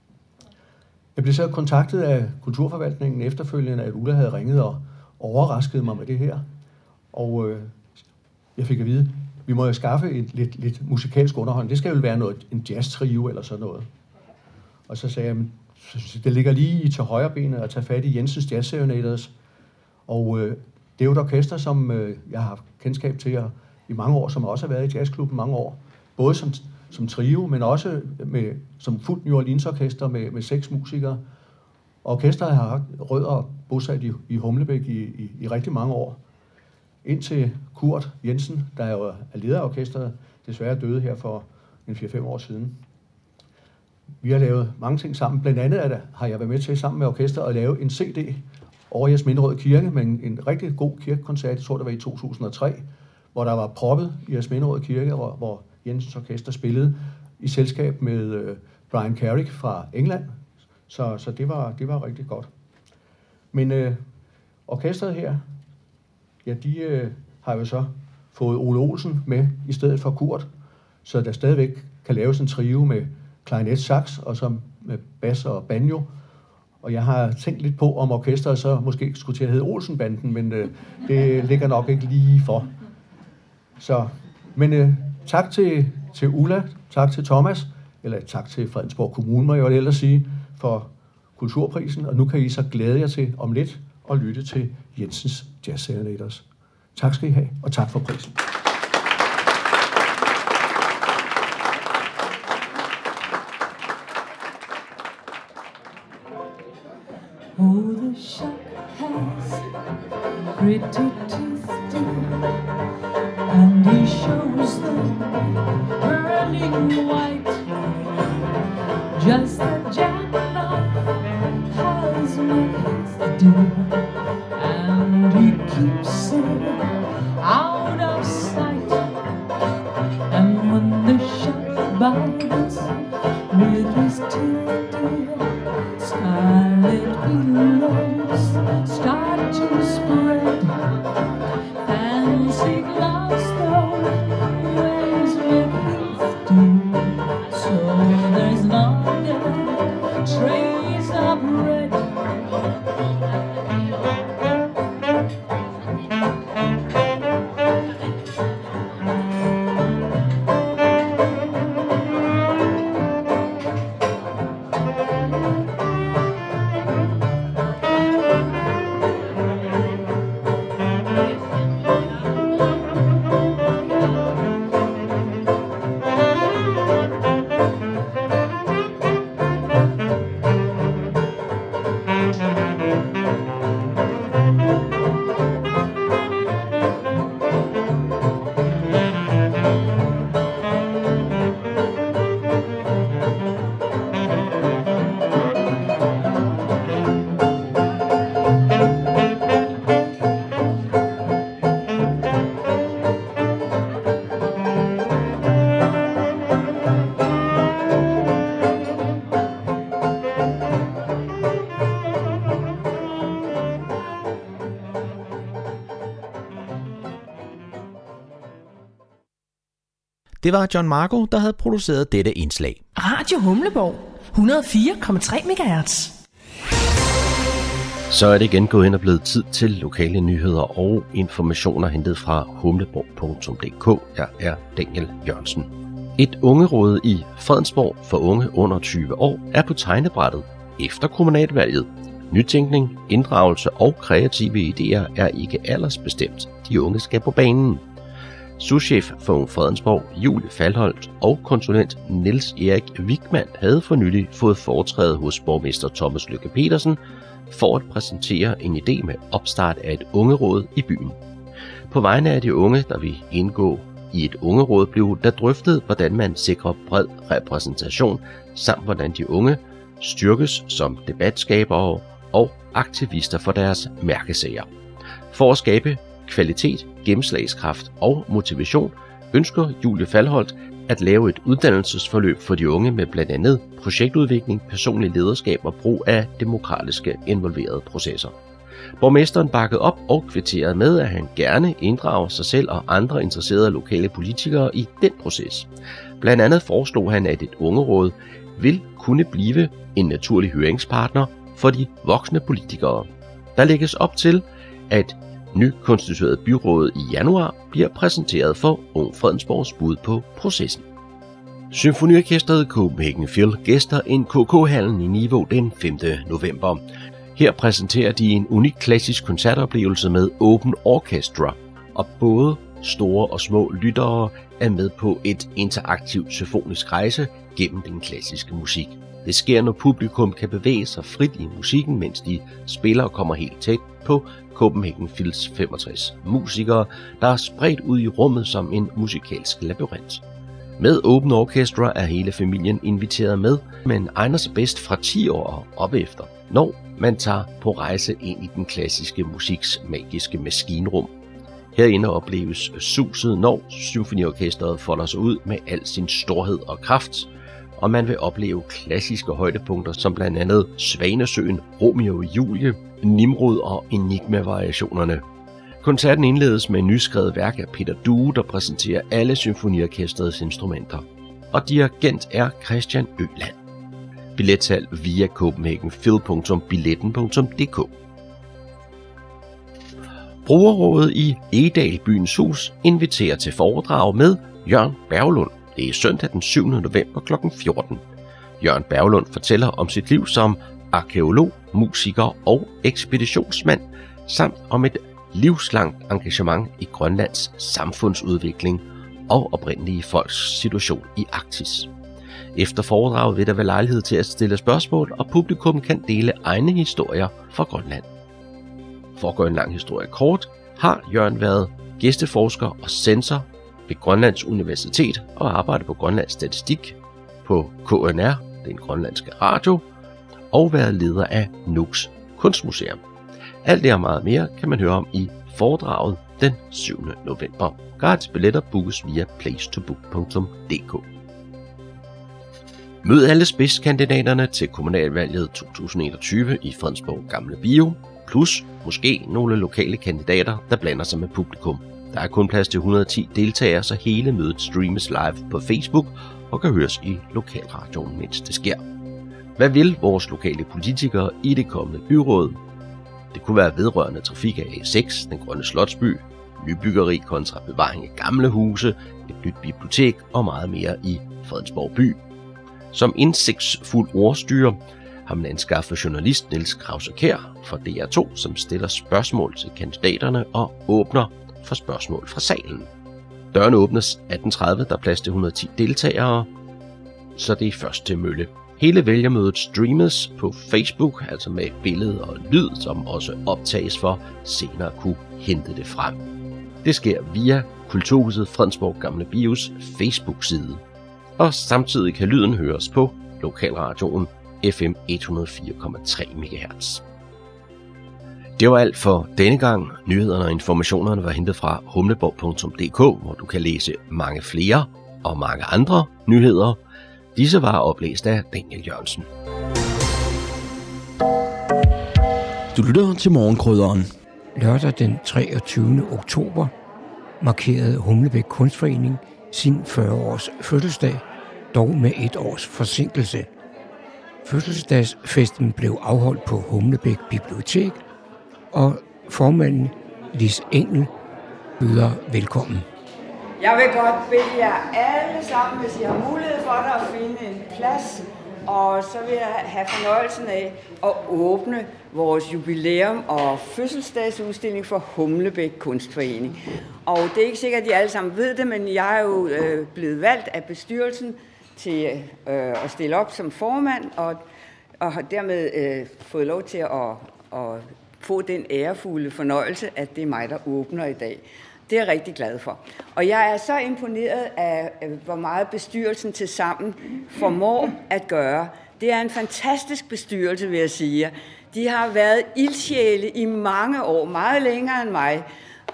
Jeg blev så kontaktet af Kulturforvaltningen efterfølgende, at Ulla havde ringet og overrasket mig med det her. Og øh, jeg fik at vide, vi må jo skaffe et lidt, lidt musikalsk underholdning. Det skal jo være noget, en jazz-trio eller sådan noget. Og så sagde jeg, det ligger lige til højre benet at tage fat i Jensens Jazz Serenaders. Og øh, det er jo et orkester, som øh, jeg har haft kendskab til at, i mange år, som også har været i jazzklubben mange år. Både som, som trio, men også med, som fuldt New Orleans orkester med, med seks musikere. Orkestret har haft rødder bosat i, i Humlebæk i, i, i rigtig mange år. Indtil Kurt Jensen, der jo er leder af orkestret, desværre døde her for en fire fem år siden. Vi har lavet mange ting sammen. Blandt andet der, har jeg været med til sammen med orkestret at lave en C D over i Asminderød Kirke med en, en rigtig god kirkekoncert, jeg tror det var i to tusind og tre, hvor der var proppet i Asminderød Kirke, hvor, hvor Jensens orkester spillede i selskab med øh, Brian Carrick fra England. Så, så det, var, det var rigtig godt. Men øh, orkestret her, ja, de øh, har jo så fået Ole Olsen med i stedet for Kurt, så der stadigvæk kan laves en trio med klarinet, sax og så med bas og banjo. Og jeg har tænkt lidt på, om orkestret så måske skulle til at hedde Olsenbanden, men øh, det ligger nok ikke lige for. Så, men øh, tak til, til Ulla, tak til Thomas, eller tak til Fredensborg Kommune, må jeg jo ellers sige, for kulturprisen, og nu kan I så glæde jer til om lidt at lytte til Jensens Jazz Serenaders. Tak skal I have, og tak for prisen. Oh, the shark has pretty teeth too, and he shows them burning white, just a jackknife has made his due, and he keeps it out of sight. And when the shark bites with his teeth, dear, scarlet billows start to spread. Fancy Glasgow waves with his dew, so there's not a trace of red. Det var John Marco, der havde produceret dette indslag. Radio Humleborg, et hundrede og fire komma tre megahertz. Så er det igen gået ind og blevet tid til lokale nyheder og informationer hentet fra humleborg punktum d k. Jeg er Daniel Jørgensen. Et ungeråd i Fredensborg for unge under tyve år er på tegnebrættet efter kommunalvalget. Nytænkning, inddragelse og kreative idéer er ikke aldersbestemt. De unge skal på banen. Souschef for Ung Fredensborg, Julie Falholt, og konsulent Niels Erik Wigman havde for nylig fået foretræde hos borgmester Thomas Lykke Petersen for at præsentere en idé med opstart af et ungeråd i byen. På vegne af de unge, der vil indgå i et ungeråd, blev der drøftet, hvordan man sikrer bred repræsentation, samt hvordan de unge styrkes som debatskabere og aktivister for deres mærkesager. For at skabe kvalitet, gennemslagskraft og motivation ønsker Julie Falholt at lave et uddannelsesforløb for de unge med blandt andet projektudvikling, personlig lederskab og brug af demokratiske involverede processer. Borgmesteren bakkede op og kvitterede med, at han gerne inddrager sig selv og andre interesserede lokale politikere i den proces. Blandt andet foreslog han, at et ungeråd vil kunne blive en naturlig høringspartner for de voksne politikere. Der lægges op til, at nykonstitueret byråd i januar bliver præsenteret for Ung Fredensborgs bud på processen. Symfoniorkestret Copenhagen Phil gæster N K K-hallen i Niveau den femte november. Her præsenterer de en unik klassisk koncertoplevelse med Open Orchestra, og både store og små lyttere er med på et interaktivt symfonisk rejse gennem den klassiske musik. Det sker, når publikum kan bevæge sig frit i musikken, mens de spiller og kommer helt tæt på Copenhagen Phils femogtres musikere, der er spredt ud i rummet som en musikalsk labyrint. Med Open Orchestra er hele familien inviteret med, men egner sig bedst fra ti år og op efter, når man tager på rejse ind i den klassiske musiks magiske maskinrum. Herinde opleves suset, når symfoniorkestret folder sig ud med al sin storhed og kraft, og man vil opleve klassiske højdepunkter som blandt andet Svanesøen, Romeo og Julie, Nimrod og Enigma-variationerne. Koncerten indledes med en nyskrevet værk af Peter Due, der præsenterer alle symfoniorkestrets instrumenter. Og dirigent er Christian Øland. Billetsalg via copenhagenphil punktum billetten punktum d k. Brugerrådet i Egedal Byens Hus inviterer til foredrag med Jørgen Berglund. Det er søndag den syvende november klokken fjorten. Jørgen Berglund fortæller om sit liv som arkæolog, musiker og ekspeditionsmand, samt om et livslangt engagement i Grønlands samfundsudvikling og oprindelige folks situation i Arktis. Efter foredraget vil der være lejlighed til at stille spørgsmål, og publikum kan dele egne historier fra Grønland. For at gøre en lang historie kort, har Jørgen været gæsteforsker og censor ved Grønlands Universitet og arbejdet på Grønlands Statistik, på K N R, den grønlandske radio, og været leder af Nuuks Kunstmuseum. Alt det og meget mere kan man høre om i foredraget den syvende november. Gratis billetter bookes via place to book punktum d k. Mød alle spidskandidaterne til kommunalvalget to tusind og enogtyve i Fredensborg Gamle Bio, plus måske nogle lokale kandidater, der blander sig med publikum. Der er kun plads til et hundrede og ti deltagere, så hele mødet streames live på Facebook og kan høres i lokalradioen, mens det sker. Hvad vil vores lokale politikere i det kommende byråd? Det kunne være vedrørende trafik af A seks, den grønne slotsby, nybyggeri kontra bevaring af gamle huse, et nyt bibliotek og meget mere i Fredensborg by. Som indsigtsfuld ordstyrer har man anskaffet journalist Niels Krause Kjær fra D R to, som stiller spørgsmål til kandidaterne og åbner for spørgsmål fra salen. Dørene åbnes atten tredive, der er plads til et hundrede og ti deltagere, så det er først til mølle. Hele vælgermødet streames på Facebook, altså med billede og lyd, som også optages for senere at kunne hente det frem. Det sker via Kulturhuset Fredensborg Gamle Bios Facebook-side. Og samtidig kan lyden høres på lokalradioen F M et hundrede og fire komma tre megahertz. Det var alt for denne gang. Nyhederne og informationerne var hentet fra humleborg punktum d k, hvor du kan læse mange flere og mange andre nyheder. Disse var oplæst af Daniel Jørgensen. Du lytter til Morgenkrydderen. Lørdag den treogtyvende oktober markerede Humlebæk Kunstforening sin fyrre-års fødselsdag, dog med et års forsinkelse. Fødselsdagsfesten blev afholdt på Humlebæk Bibliotek, og formanden Lis Engel byder velkommen. Jeg vil godt bede jer alle sammen, hvis I har mulighed for det, at finde en plads. Og så vil jeg have fornøjelsen af at åbne vores jubilæum og fødselsdagsudstilling for Humlebæk Kunstforening. Og det er ikke sikkert, at de alle sammen ved det, men jeg er jo øh, blevet valgt af bestyrelsen til øh, at stille op som formand, og, og har dermed øh, fået lov til at, at få den ærefulde fornøjelse, at det er mig, der åbner i dag. Det er jeg rigtig glad for. Og jeg er så imponeret af, hvor meget bestyrelsen til sammen formår at gøre. Det er en fantastisk bestyrelse, vil jeg sige. De har været ildsjæle i mange år, meget længere end mig.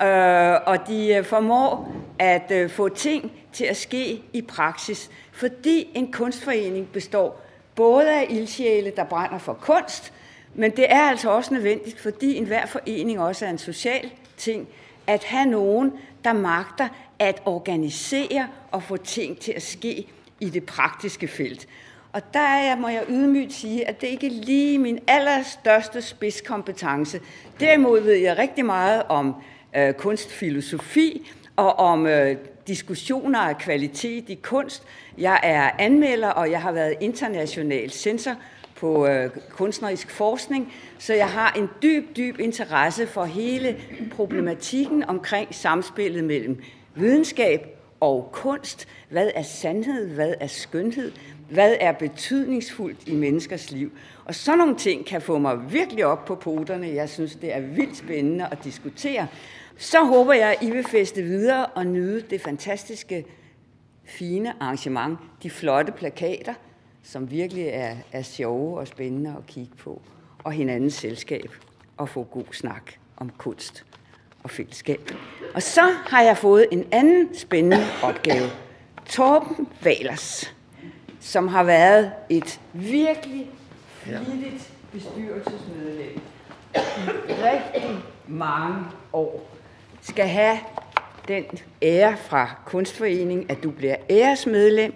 Og de formår at få ting til at ske i praksis. Fordi en kunstforening består både af ildsjæle, der brænder for kunst, men det er altså også nødvendigt, fordi enhver forening også er en social ting, at have nogen, der magter at organisere og få ting til at ske i det praktiske felt. Og der er jeg, må jeg ydmygt sige, at det ikke er lige min allerstørste spidskompetence. Derimod ved jeg rigtig meget om øh, kunstfilosofi og om øh, diskussioner af kvalitet i kunst. Jeg er anmelder, og jeg har været international censor på øh, kunstnerisk forskning, så jeg har en dyb, dyb interesse for hele problematikken omkring samspillet mellem videnskab og kunst. Hvad er sandhed? Hvad er skønhed? Hvad er betydningsfuldt i menneskers liv? Og sådan nogle ting kan få mig virkelig op på poterne. Jeg synes, det er vildt spændende at diskutere. Så håber jeg, at I vil feste videre og nyde det fantastiske, fine arrangement, de flotte plakater, som virkelig er, er sjove og spændende at kigge på, og hinandens selskab, og få god snak om kunst og fællesskab. Og så har jeg fået en anden spændende opgave. Torben Wahlers, som har været et virkelig flittigt bestyrelsesmedlem i rigtig mange år, skal have den ære fra Kunstforeningen, at du bliver æresmedlem,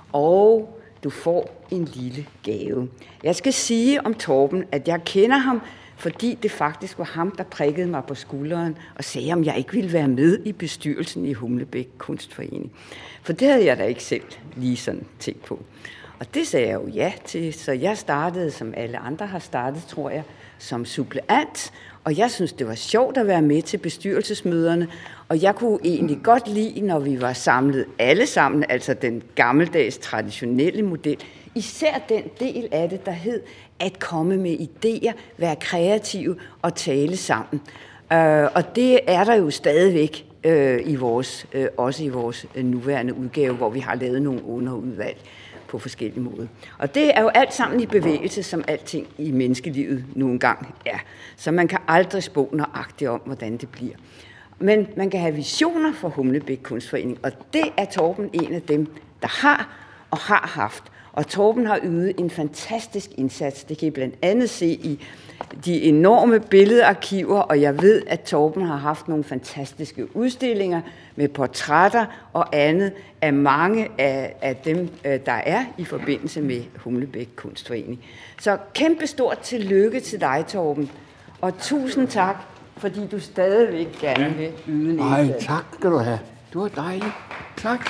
og du får en lille gave. Jeg skal sige om Torben, at jeg kender ham, fordi det faktisk var ham, der prikkede mig på skulderen og sagde, om jeg ikke ville være med i bestyrelsen i Humlebæk Kunstforening. For det havde jeg da ikke selv lige sådan tænkt på. Og det sagde jeg jo ja til, så jeg startede, som alle andre har startet, tror jeg, som suppleant. Og jeg synes, det var sjovt at være med til bestyrelsesmøderne, og jeg kunne egentlig godt lide, når vi var samlet alle sammen, altså den gammeldags traditionelle model, især den del af det, der hed at komme med idéer, være kreative og tale sammen. Uh, og det er der jo stadigvæk uh, i vores, uh, også i vores uh, nuværende udgave, hvor vi har lavet nogle underudvalg på forskellige måder. Og det er jo alt sammen i bevægelse, som alting i menneskelivet nu engang er. Så man kan aldrig spå nøjagtigt om, hvordan det bliver. Men man kan have visioner for Humlebæk Kunstforening, og det er Torben en af dem, der har og har haft. Og Torben har ydet en fantastisk indsats. Det kan I blandt andet se i de enorme billedarkiver, og jeg ved, at Torben har haft nogle fantastiske udstillinger med portrætter og andet af mange af, af dem, der er i forbindelse med Humlebæk Kunstforening. Så kæmpe stort tillykke til dig, Torben, og tusind tak, fordi du stadigvæk gerne vil yde en indsats. Ej, tak skal du have. Du er dejlig. Tak.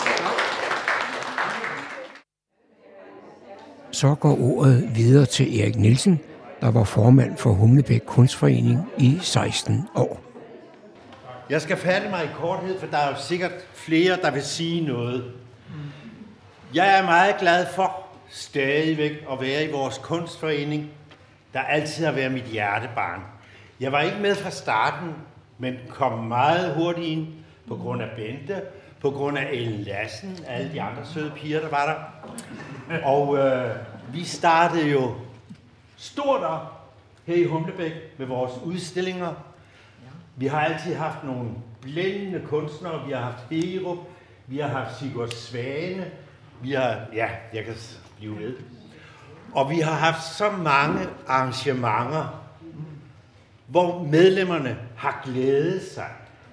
Så går ordet videre til Erik Nielsen, der var formand for Humlebæk Kunstforening i seksten år. Jeg skal fatte mig i korthed, for der er jo sikkert flere, der vil sige noget. Jeg er meget glad for stadigvæk at være i vores kunstforening, der altid har været mit hjertebarn. Jeg var ikke med fra starten, men kom meget hurtigt ind på grund af Bente, på grund af Ellen Lassen, alle de andre søde piger, der var der. Og øh, vi startede jo stort op her i Humlebæk med vores udstillinger. Vi har altid haft nogle blændende kunstnere. Vi har haft Hegerup, vi har haft Sigurd Svane, vi har, ja, jeg kan blive ved. Og vi har haft så mange arrangementer, hvor medlemmerne har glædet sig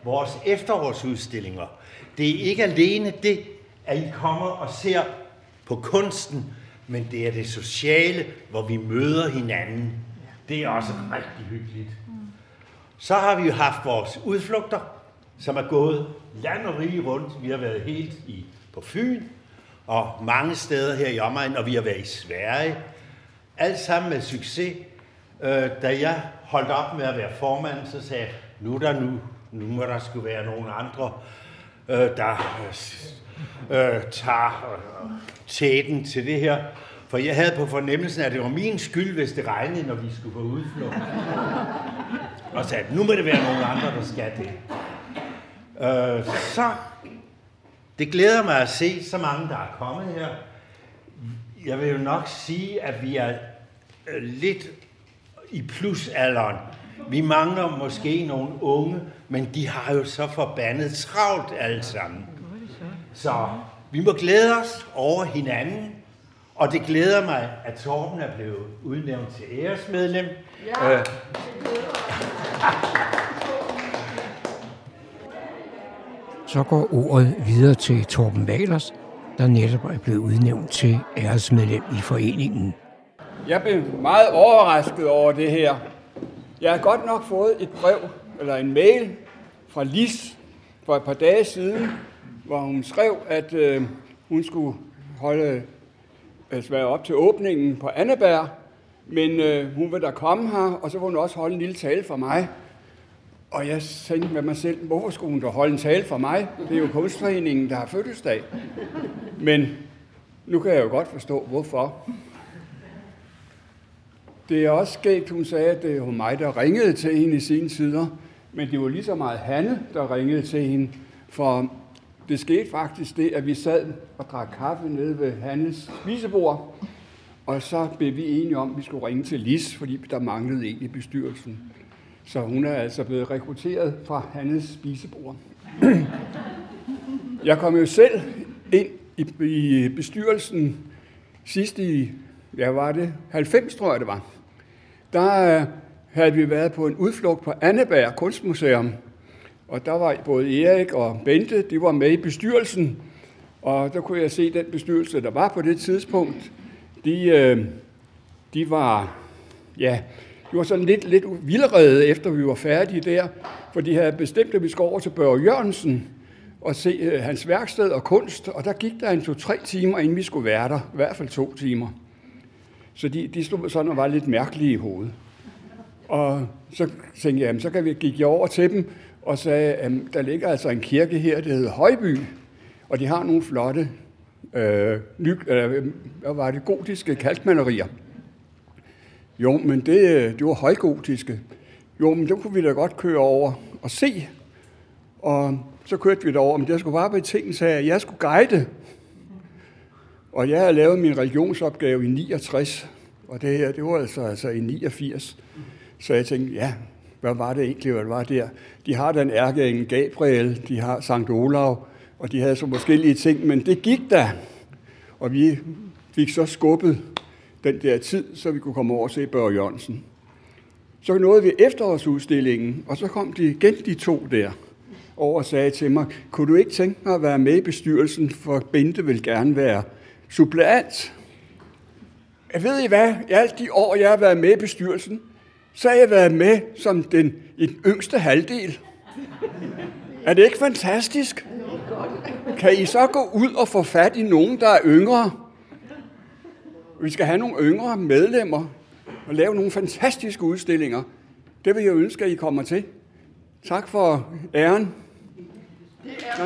vores efterårsudstillinger. Det er ikke alene det, at I kommer og ser på kunsten, men det er det sociale, hvor vi møder hinanden. Det er også rigtig hyggeligt. Så har vi jo haft vores udflugter, som er gået land og rige rundt. Vi har været helt i, på Fyn, og mange steder her i omegnen, og vi har været i Sverige. Alt sammen med succes. Øh, da jeg holdt op med at være formand, så sagde jeg, nu der nu, nu må der skulle være nogle andre, øh, der øh, tager øh, tæten til det her. For jeg havde på fornemmelsen, at det var min skyld, hvis det regnede, når vi skulle på udflugt. Og sagde, nu må det være nogle andre, der skal det. Øh, så, det glæder mig at se så mange, der er kommet her. Jeg vil jo nok sige, at vi er øh, lidt i plusalderen. Vi mangler måske nogle unge, men de har jo så forbandet travlt alle sammen. Så vi må glæde os over hinanden, og det glæder mig, at Torben er blevet udnævnt til æresmedlem. Ja. Øh. Så går ordet videre til Torben Wahlers, der netop er blevet udnævnt til æresmedlem i foreningen. Jeg blev meget overrasket over det her. Jeg har godt nok fået et brev, eller en mail fra Lis for et par dage siden, hvor hun skrev, at øh, hun skulle holde, altså være op til åbningen på Anneberg, men øh, hun vil da komme her, og så vil hun også holde en lille tale for mig. Og jeg tænkte med mig selv, hvorfor skulle hun da holde en tale for mig? Det er jo Kunstforeningen, der har fødselsdag. Men nu kan jeg jo godt forstå, hvorfor. Det er også skægt, hun sagde, at det var mig, der ringede til hende i sine tider, men det var lige så meget Hanne, der ringede til hende, for det skete faktisk det, at vi sad og drak kaffe nede ved Hannes spisebord, og så blev vi enige om, at vi skulle ringe til Lis, fordi der manglede en i bestyrelsen. Så hun er altså blevet rekrutteret fra Hannes spisebord. Jeg kom jo selv ind i, i bestyrelsen sidst i, ja, var det halvfems, tror jeg det var. Der uh, havde vi været på en udflugt på Anneberg Kunstmuseum, og der var både Erik og Bente, de var med i bestyrelsen, og der kunne jeg se den bestyrelse, der var på det tidspunkt. De, uh, de var, ja, de var sådan lidt, lidt vildrede, efter vi var færdige der, for de havde bestemt, at vi skulle over til Børge Jørgensen og se uh, hans værksted og kunst, og der gik der en to-tre timer, inden vi skulle være der, i hvert fald to timer. Så de, de stod sådan og var lidt mærkelige i hovedet. Og så tænkte jeg, jamen, så kan vi, gik jeg over til dem og sagde, at der ligger altså en kirke her, der hedder Højby, og de har nogle flotte, øh, ny, øh, hvad var det, gotiske kalkmalerier. Jo, men det, det var højgotiske. Jo, men det kunne vi da godt køre over og se. Og så kørte vi derover, men der skulle bare betingelse af, at jeg skulle guide. Og jeg havde lavet min religionsopgave i niogtres, og det her, det var altså, altså i niogfirs. Så jeg tænkte, ja, hvad var det egentlig, hvad var der? De har den ærkeengel Gabriel, de har Sankt Olav, og de havde så forskellige ting, men det gik da. Og vi fik så skubbet den der tid, så vi kunne komme over og se Børge Jørgensen. Så nåede vi efterårsudstillingen, og så kom de igen, de to der, over og sagde til mig, kunne du ikke tænke mig at være med i bestyrelsen, for Bente vil gerne være suppleant. Jeg ved I hvad, i alle de år, jeg har været med i bestyrelsen, så har jeg været med som den, den yngste halvdel. Er det ikke fantastisk? Kan I så gå ud og få fat i nogen, der er yngre? Vi skal have nogle yngre medlemmer og lave nogle fantastiske udstillinger. Det vil jeg ønske, at I kommer til. Tak for æren. Ja.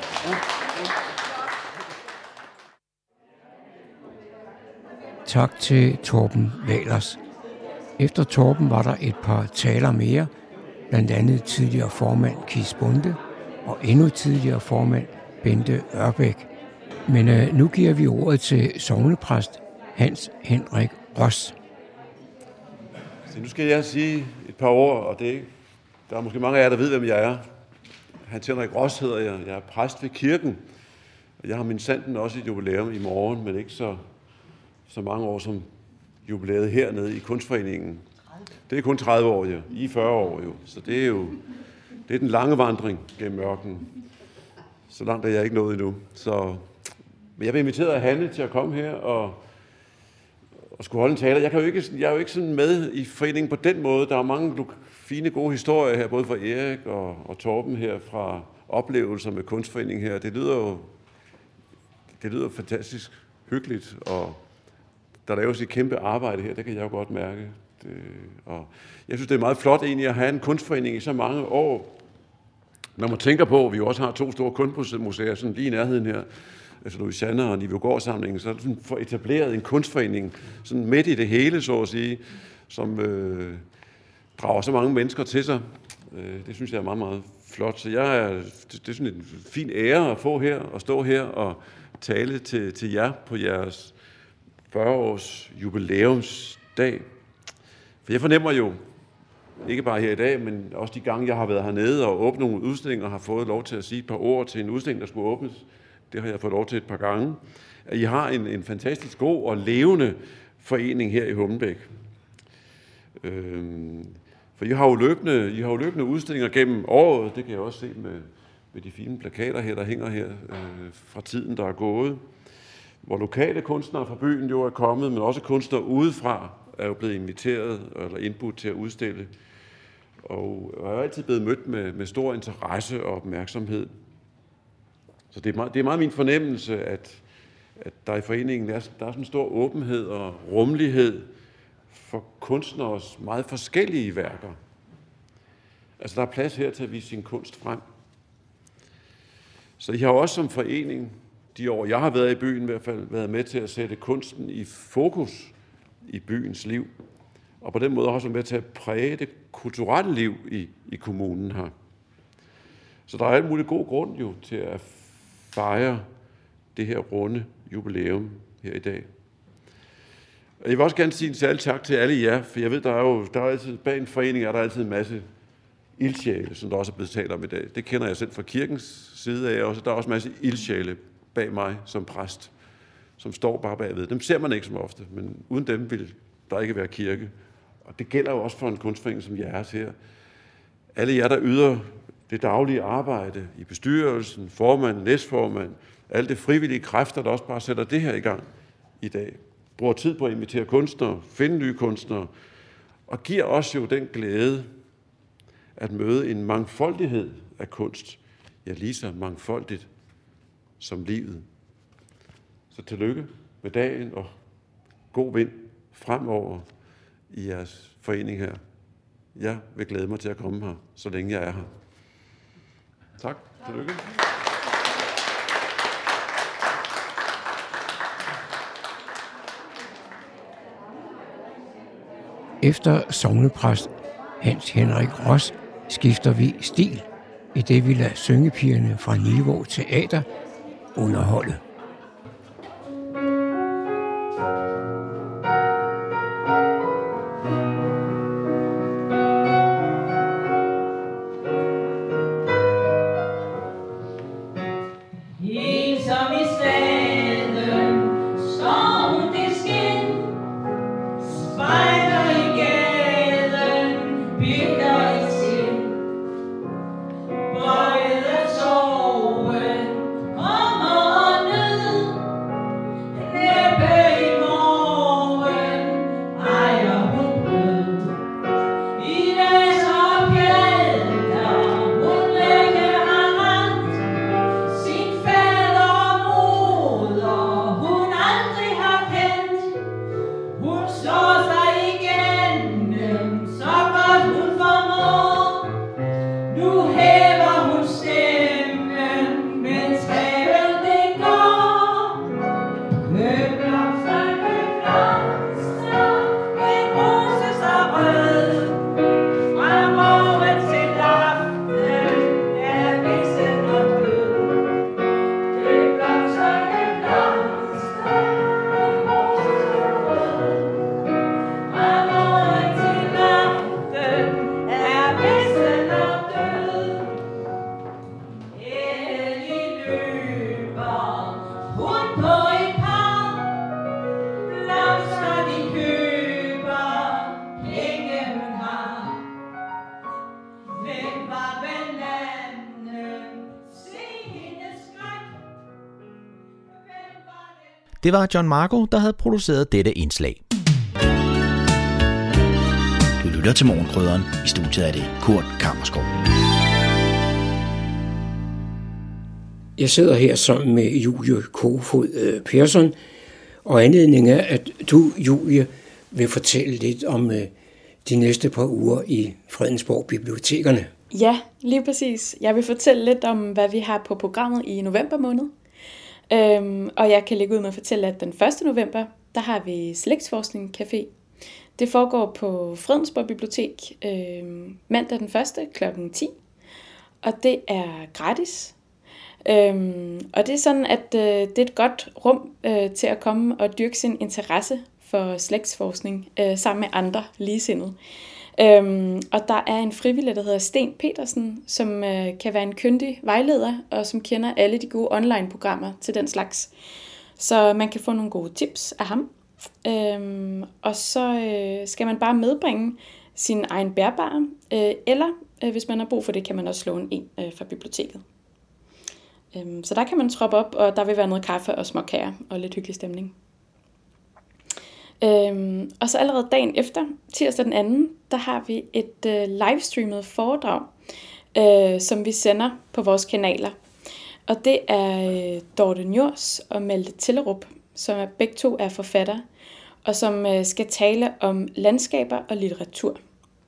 Tak til Torben Wahlers. Efter Torben var der et par taler mere, blandt andet tidligere formand Kis Bunde og endnu tidligere formand Bente Ørbæk. Men øh, nu giver vi ordet til sognepræst Hans Henrik Ross. Så nu skal jeg sige et par ord, og det, der er måske mange af jer, der ved, hvem jeg er. Hans Henrik Ross hedder jeg. Jeg er præst ved kirken. Jeg har min sanden også et jubilæum i morgen, men ikke så, så mange år som jubilæet hernede i Kunstforeningen. Det er kun tredive år, jo. I fyrre år, jo. Så det er jo, Det er den lange vandring gennem ørkenen. Så langt er jeg ikke nået endnu. Så, men jeg vil invitere Hanne til at komme her og, og skulle holde en tale. Jeg, kan jo ikke, jeg er jo ikke sådan med i foreningen på den måde. Der er mange fine, gode historier her, både fra Erik og, og Torben her, fra oplevelser med kunstforeningen her. Det lyder jo det lyder fantastisk hyggeligt, og der laves et kæmpe arbejde her, det kan jeg jo godt mærke. Det, og jeg synes, det er meget flot egentlig at have en kunstforening i så mange år. Når man tænker på, at vi også har to store kunstmuseer sådan lige i nærheden her, altså Louisiana og Nivågård-samlingen, så er det sådan for etableret en kunstforening sådan midt i det hele, så at sige, som øh, drager så mange mennesker til sig. Øh, det synes jeg er meget, meget flot. Så jeg er, det, det er sådan en fin ære at få her, og stå her og tale til, til jer på jeres fyrre års jubilæumsdag. For jeg fornemmer jo, ikke bare her i dag, men også de gange, jeg har været hernede og åbnet nogle udstillinger, og har fået lov til at sige et par ord til en udstilling, der skulle åbnes. Det har jeg fået lov til et par gange. At I har en, en fantastisk god og levende forening her i Humlebæk. Øhm, for I har jo løbende, I har jo løbende udstillinger gennem året, det kan jeg også se med, med de fine plakater her, der hænger her øh, fra tiden, der er gået. Hvor lokale kunstnere fra byen jo er kommet, men også kunstnere udefra er jo blevet inviteret eller indbudt til at udstille. Og jeg er altid blevet mødt med, med stor interesse og opmærksomhed. Så det er meget, det er meget min fornemmelse, at, at der i foreningen er, der er sådan en stor åbenhed og rummelighed for kunstneres meget forskellige værker. Altså der er plads her til at vise sin kunst frem. Så I har også som forening, de år jeg har været i byen i hvert fald, været med til at sætte kunsten i fokus i byens liv. Og på den måde også med til at præge det kulturelle liv i, i kommunen her. Så der er alt muligt god grund jo til at fejre det her runde jubilæum her i dag. Og jeg vil også gerne sige en særlig tak til alle jer, for jeg ved, der er jo der er altid, bag en forening er der altid en masse ildsjæle, som der også er blevet talt om i dag. Det kender jeg selv fra kirkens side af også. Der er også en masse ildsjæle bag mig som præst, som står bare bagved. Dem ser man ikke så ofte, men uden dem vil der ikke være kirke. Og det gælder jo også for en kunstforening som jeres her. Alle jer, der yder det daglige arbejde i bestyrelsen, formand, næstformand, alle de frivillige kræfter, der også bare sætter det her i gang i dag. Bruger tid på at invitere kunstnere, finde nye kunstnere, og giver os jo den glæde at møde en mangfoldighed af kunst. Ja, lige så mangfoldigt som livet. Så tillykke med dagen og god vind fremover i jeres forening her. Jeg vil glæde mig til at komme her, så længe jeg er her. Tak. Tillykke. Efter sognepræst Hans Henrik Ross skifter vi stil, i det vi lader syngepigerne fra Nivå Teater underholde. Come on. Det var John Marco, der havde produceret dette indslag. Du lytter til Morgenkrydderen. I studiet er det Kurt Kammerskov. Jeg sidder her sammen med Julie Kofod Persson, og anledningen er, at du, Julie, vil fortælle lidt om de næste par uger i Fredensborg Bibliotekerne. Ja, lige præcis. Jeg vil fortælle lidt om, hvad vi har på programmet i november måned. Øhm, og jeg kan lægge ud med at fortælle, at den første november, der har vi Slægtsforskning Café. Det foregår på Fredensborg Bibliotek øhm, mandag den første klokken ti. Og det er gratis. Øhm, og det er sådan, at øh, det er et godt rum øh, til at komme og dyrke sin interesse for slægtsforskning øh, sammen med andre ligesindede. Øhm, og der er en frivillig, der hedder Sten Petersen, som øh, kan være en kyndig vejleder, og som kender alle de gode online-programmer til den slags. Så man kan få nogle gode tips af ham. Øhm, og så øh, skal man bare medbringe sin egen bærbare, øh, eller øh, hvis man har brug for det, kan man også låne en øh, fra biblioteket. Øhm, så der kan man troppe op, og der vil være noget kaffe og småkager og lidt hyggelig stemning. Øhm, og så allerede dagen efter, tirsdag den anden, der har vi et øh, livestreamet foredrag, øh, som vi sender på vores kanaler. Og det er øh, Dorte Njors og Malte Tillerup, som er, begge to er forfattere, og som øh, skal tale om landskaber og litteratur.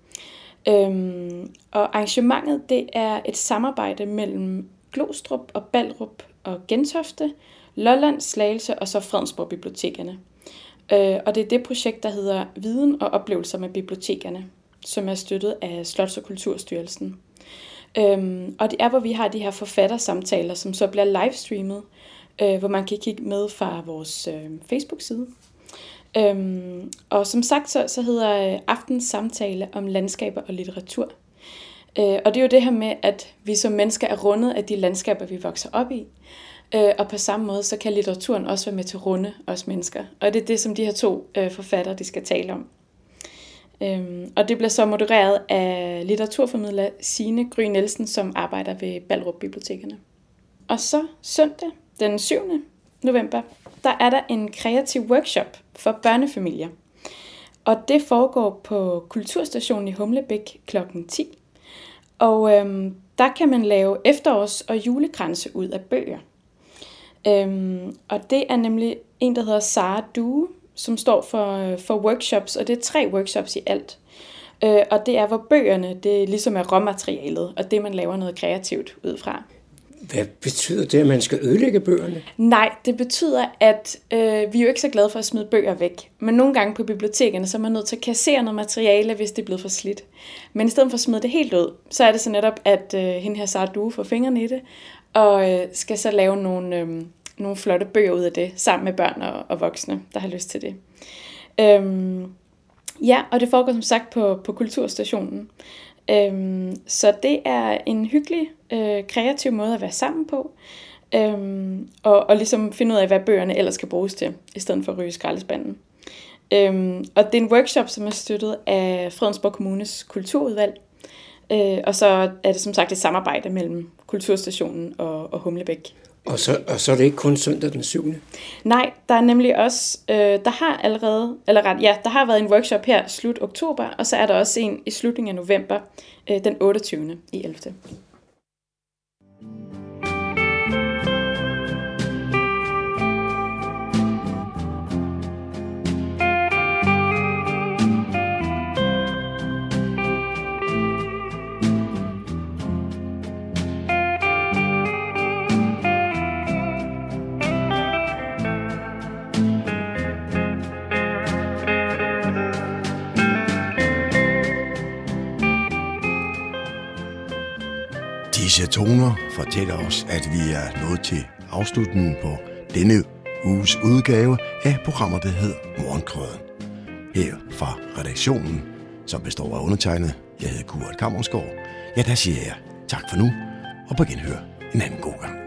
Øhm, og arrangementet, det er et samarbejde mellem Glostrup og Ballerup og Gentofte, Lolland, Slagelse og så Fredensborg Bibliotekerne. Øh, og det er det projekt, der hedder Viden og oplevelser med bibliotekerne, som er støttet af Slots- og Kulturstyrelsen. Øhm, og det er, hvor vi har de her forfattersamtaler, som så bliver livestreamet, øh, hvor man kan kigge med fra vores øh, Facebook-side. Øhm, og som sagt, så, så hedder øh, aftens samtale om landskaber og litteratur. Øh, og det er jo det her med, at vi som mennesker er rundet af de landskaber, vi vokser op i. Øh, og på samme måde, så kan litteraturen også være med til at runde os mennesker. Og det er det, som de her to øh, forfattere, de skal tale om. Øhm, og det bliver så modereret af litteraturformidler Signe Gry Nielsen, som arbejder ved Ballerup Bibliotekerne. Og så søndag den syvende november, der er der en kreativ workshop for børnefamilier. Og det foregår på Kulturstationen i Humlebæk klokken ti. Og øhm, der kan man lave efterårs- og julekranse ud af bøger. Øhm, og det er nemlig en, der hedder Sara Due, som står for, for workshops, og det er tre workshops i alt. Øh, og det er, hvor bøgerne, det ligesom er råmaterialet, og det man laver noget kreativt ud fra. Hvad betyder det, at man skal ødelægge bøgerne? Nej, det betyder, at øh, vi er jo ikke så glade for at smide bøger væk. Men nogle gange på bibliotekerne, så er man nødt til at kassere noget materiale, hvis det er blevet for slidt. Men i stedet for at smide det helt ud, så er det så netop, at øh, hende her Sara Due får fingrene i det, og øh, skal så lave nogle, øh, nogle flotte bøger ud af det, sammen med børn og, og voksne, der har lyst til det. Øhm, ja, og det foregår som sagt på, på Kulturstationen. Øhm, så det er en hyggelig, øh, kreativ måde at være sammen på, øhm, og, og ligesom finde ud af, hvad bøgerne ellers skal bruges til, i stedet for at ryge i skraldespanden. Øhm, og det er en workshop, som er støttet af Fredensborg Kommunes kulturudvalg, øh, og så er det som sagt et samarbejde mellem Kulturstationen og, og Humlebæk. Og så, og så er det ikke kun søndag den syvende? Nej, der er nemlig også, øh, der har allerede, eller ret, ja, der har været en workshop her slut oktober, og så er der også en i slutningen af november, øh, den otteogtyvende i ellevte Disse toner fortæller os, at vi er nået til afslutningen på denne uges udgave af programmet, der hedder Morgenkrydderen. Her fra redaktionen, som består af undertegnet, jeg hedder Kurt Kammerskov. Ja, der siger jeg tak for nu, og på genhør en anden god gang.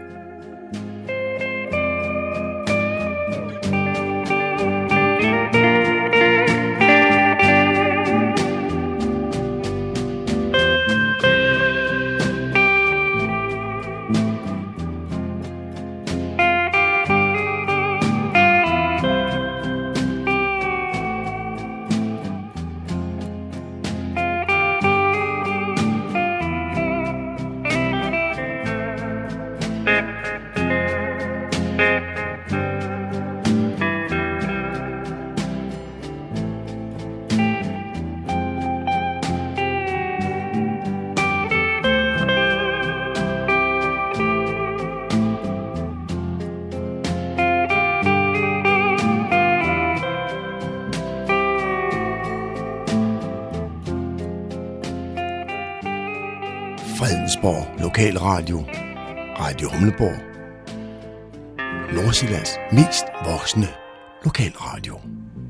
Fredensborg Lokalradio, Radio Humleborg, Nordsjællands mest voksne lokalradio.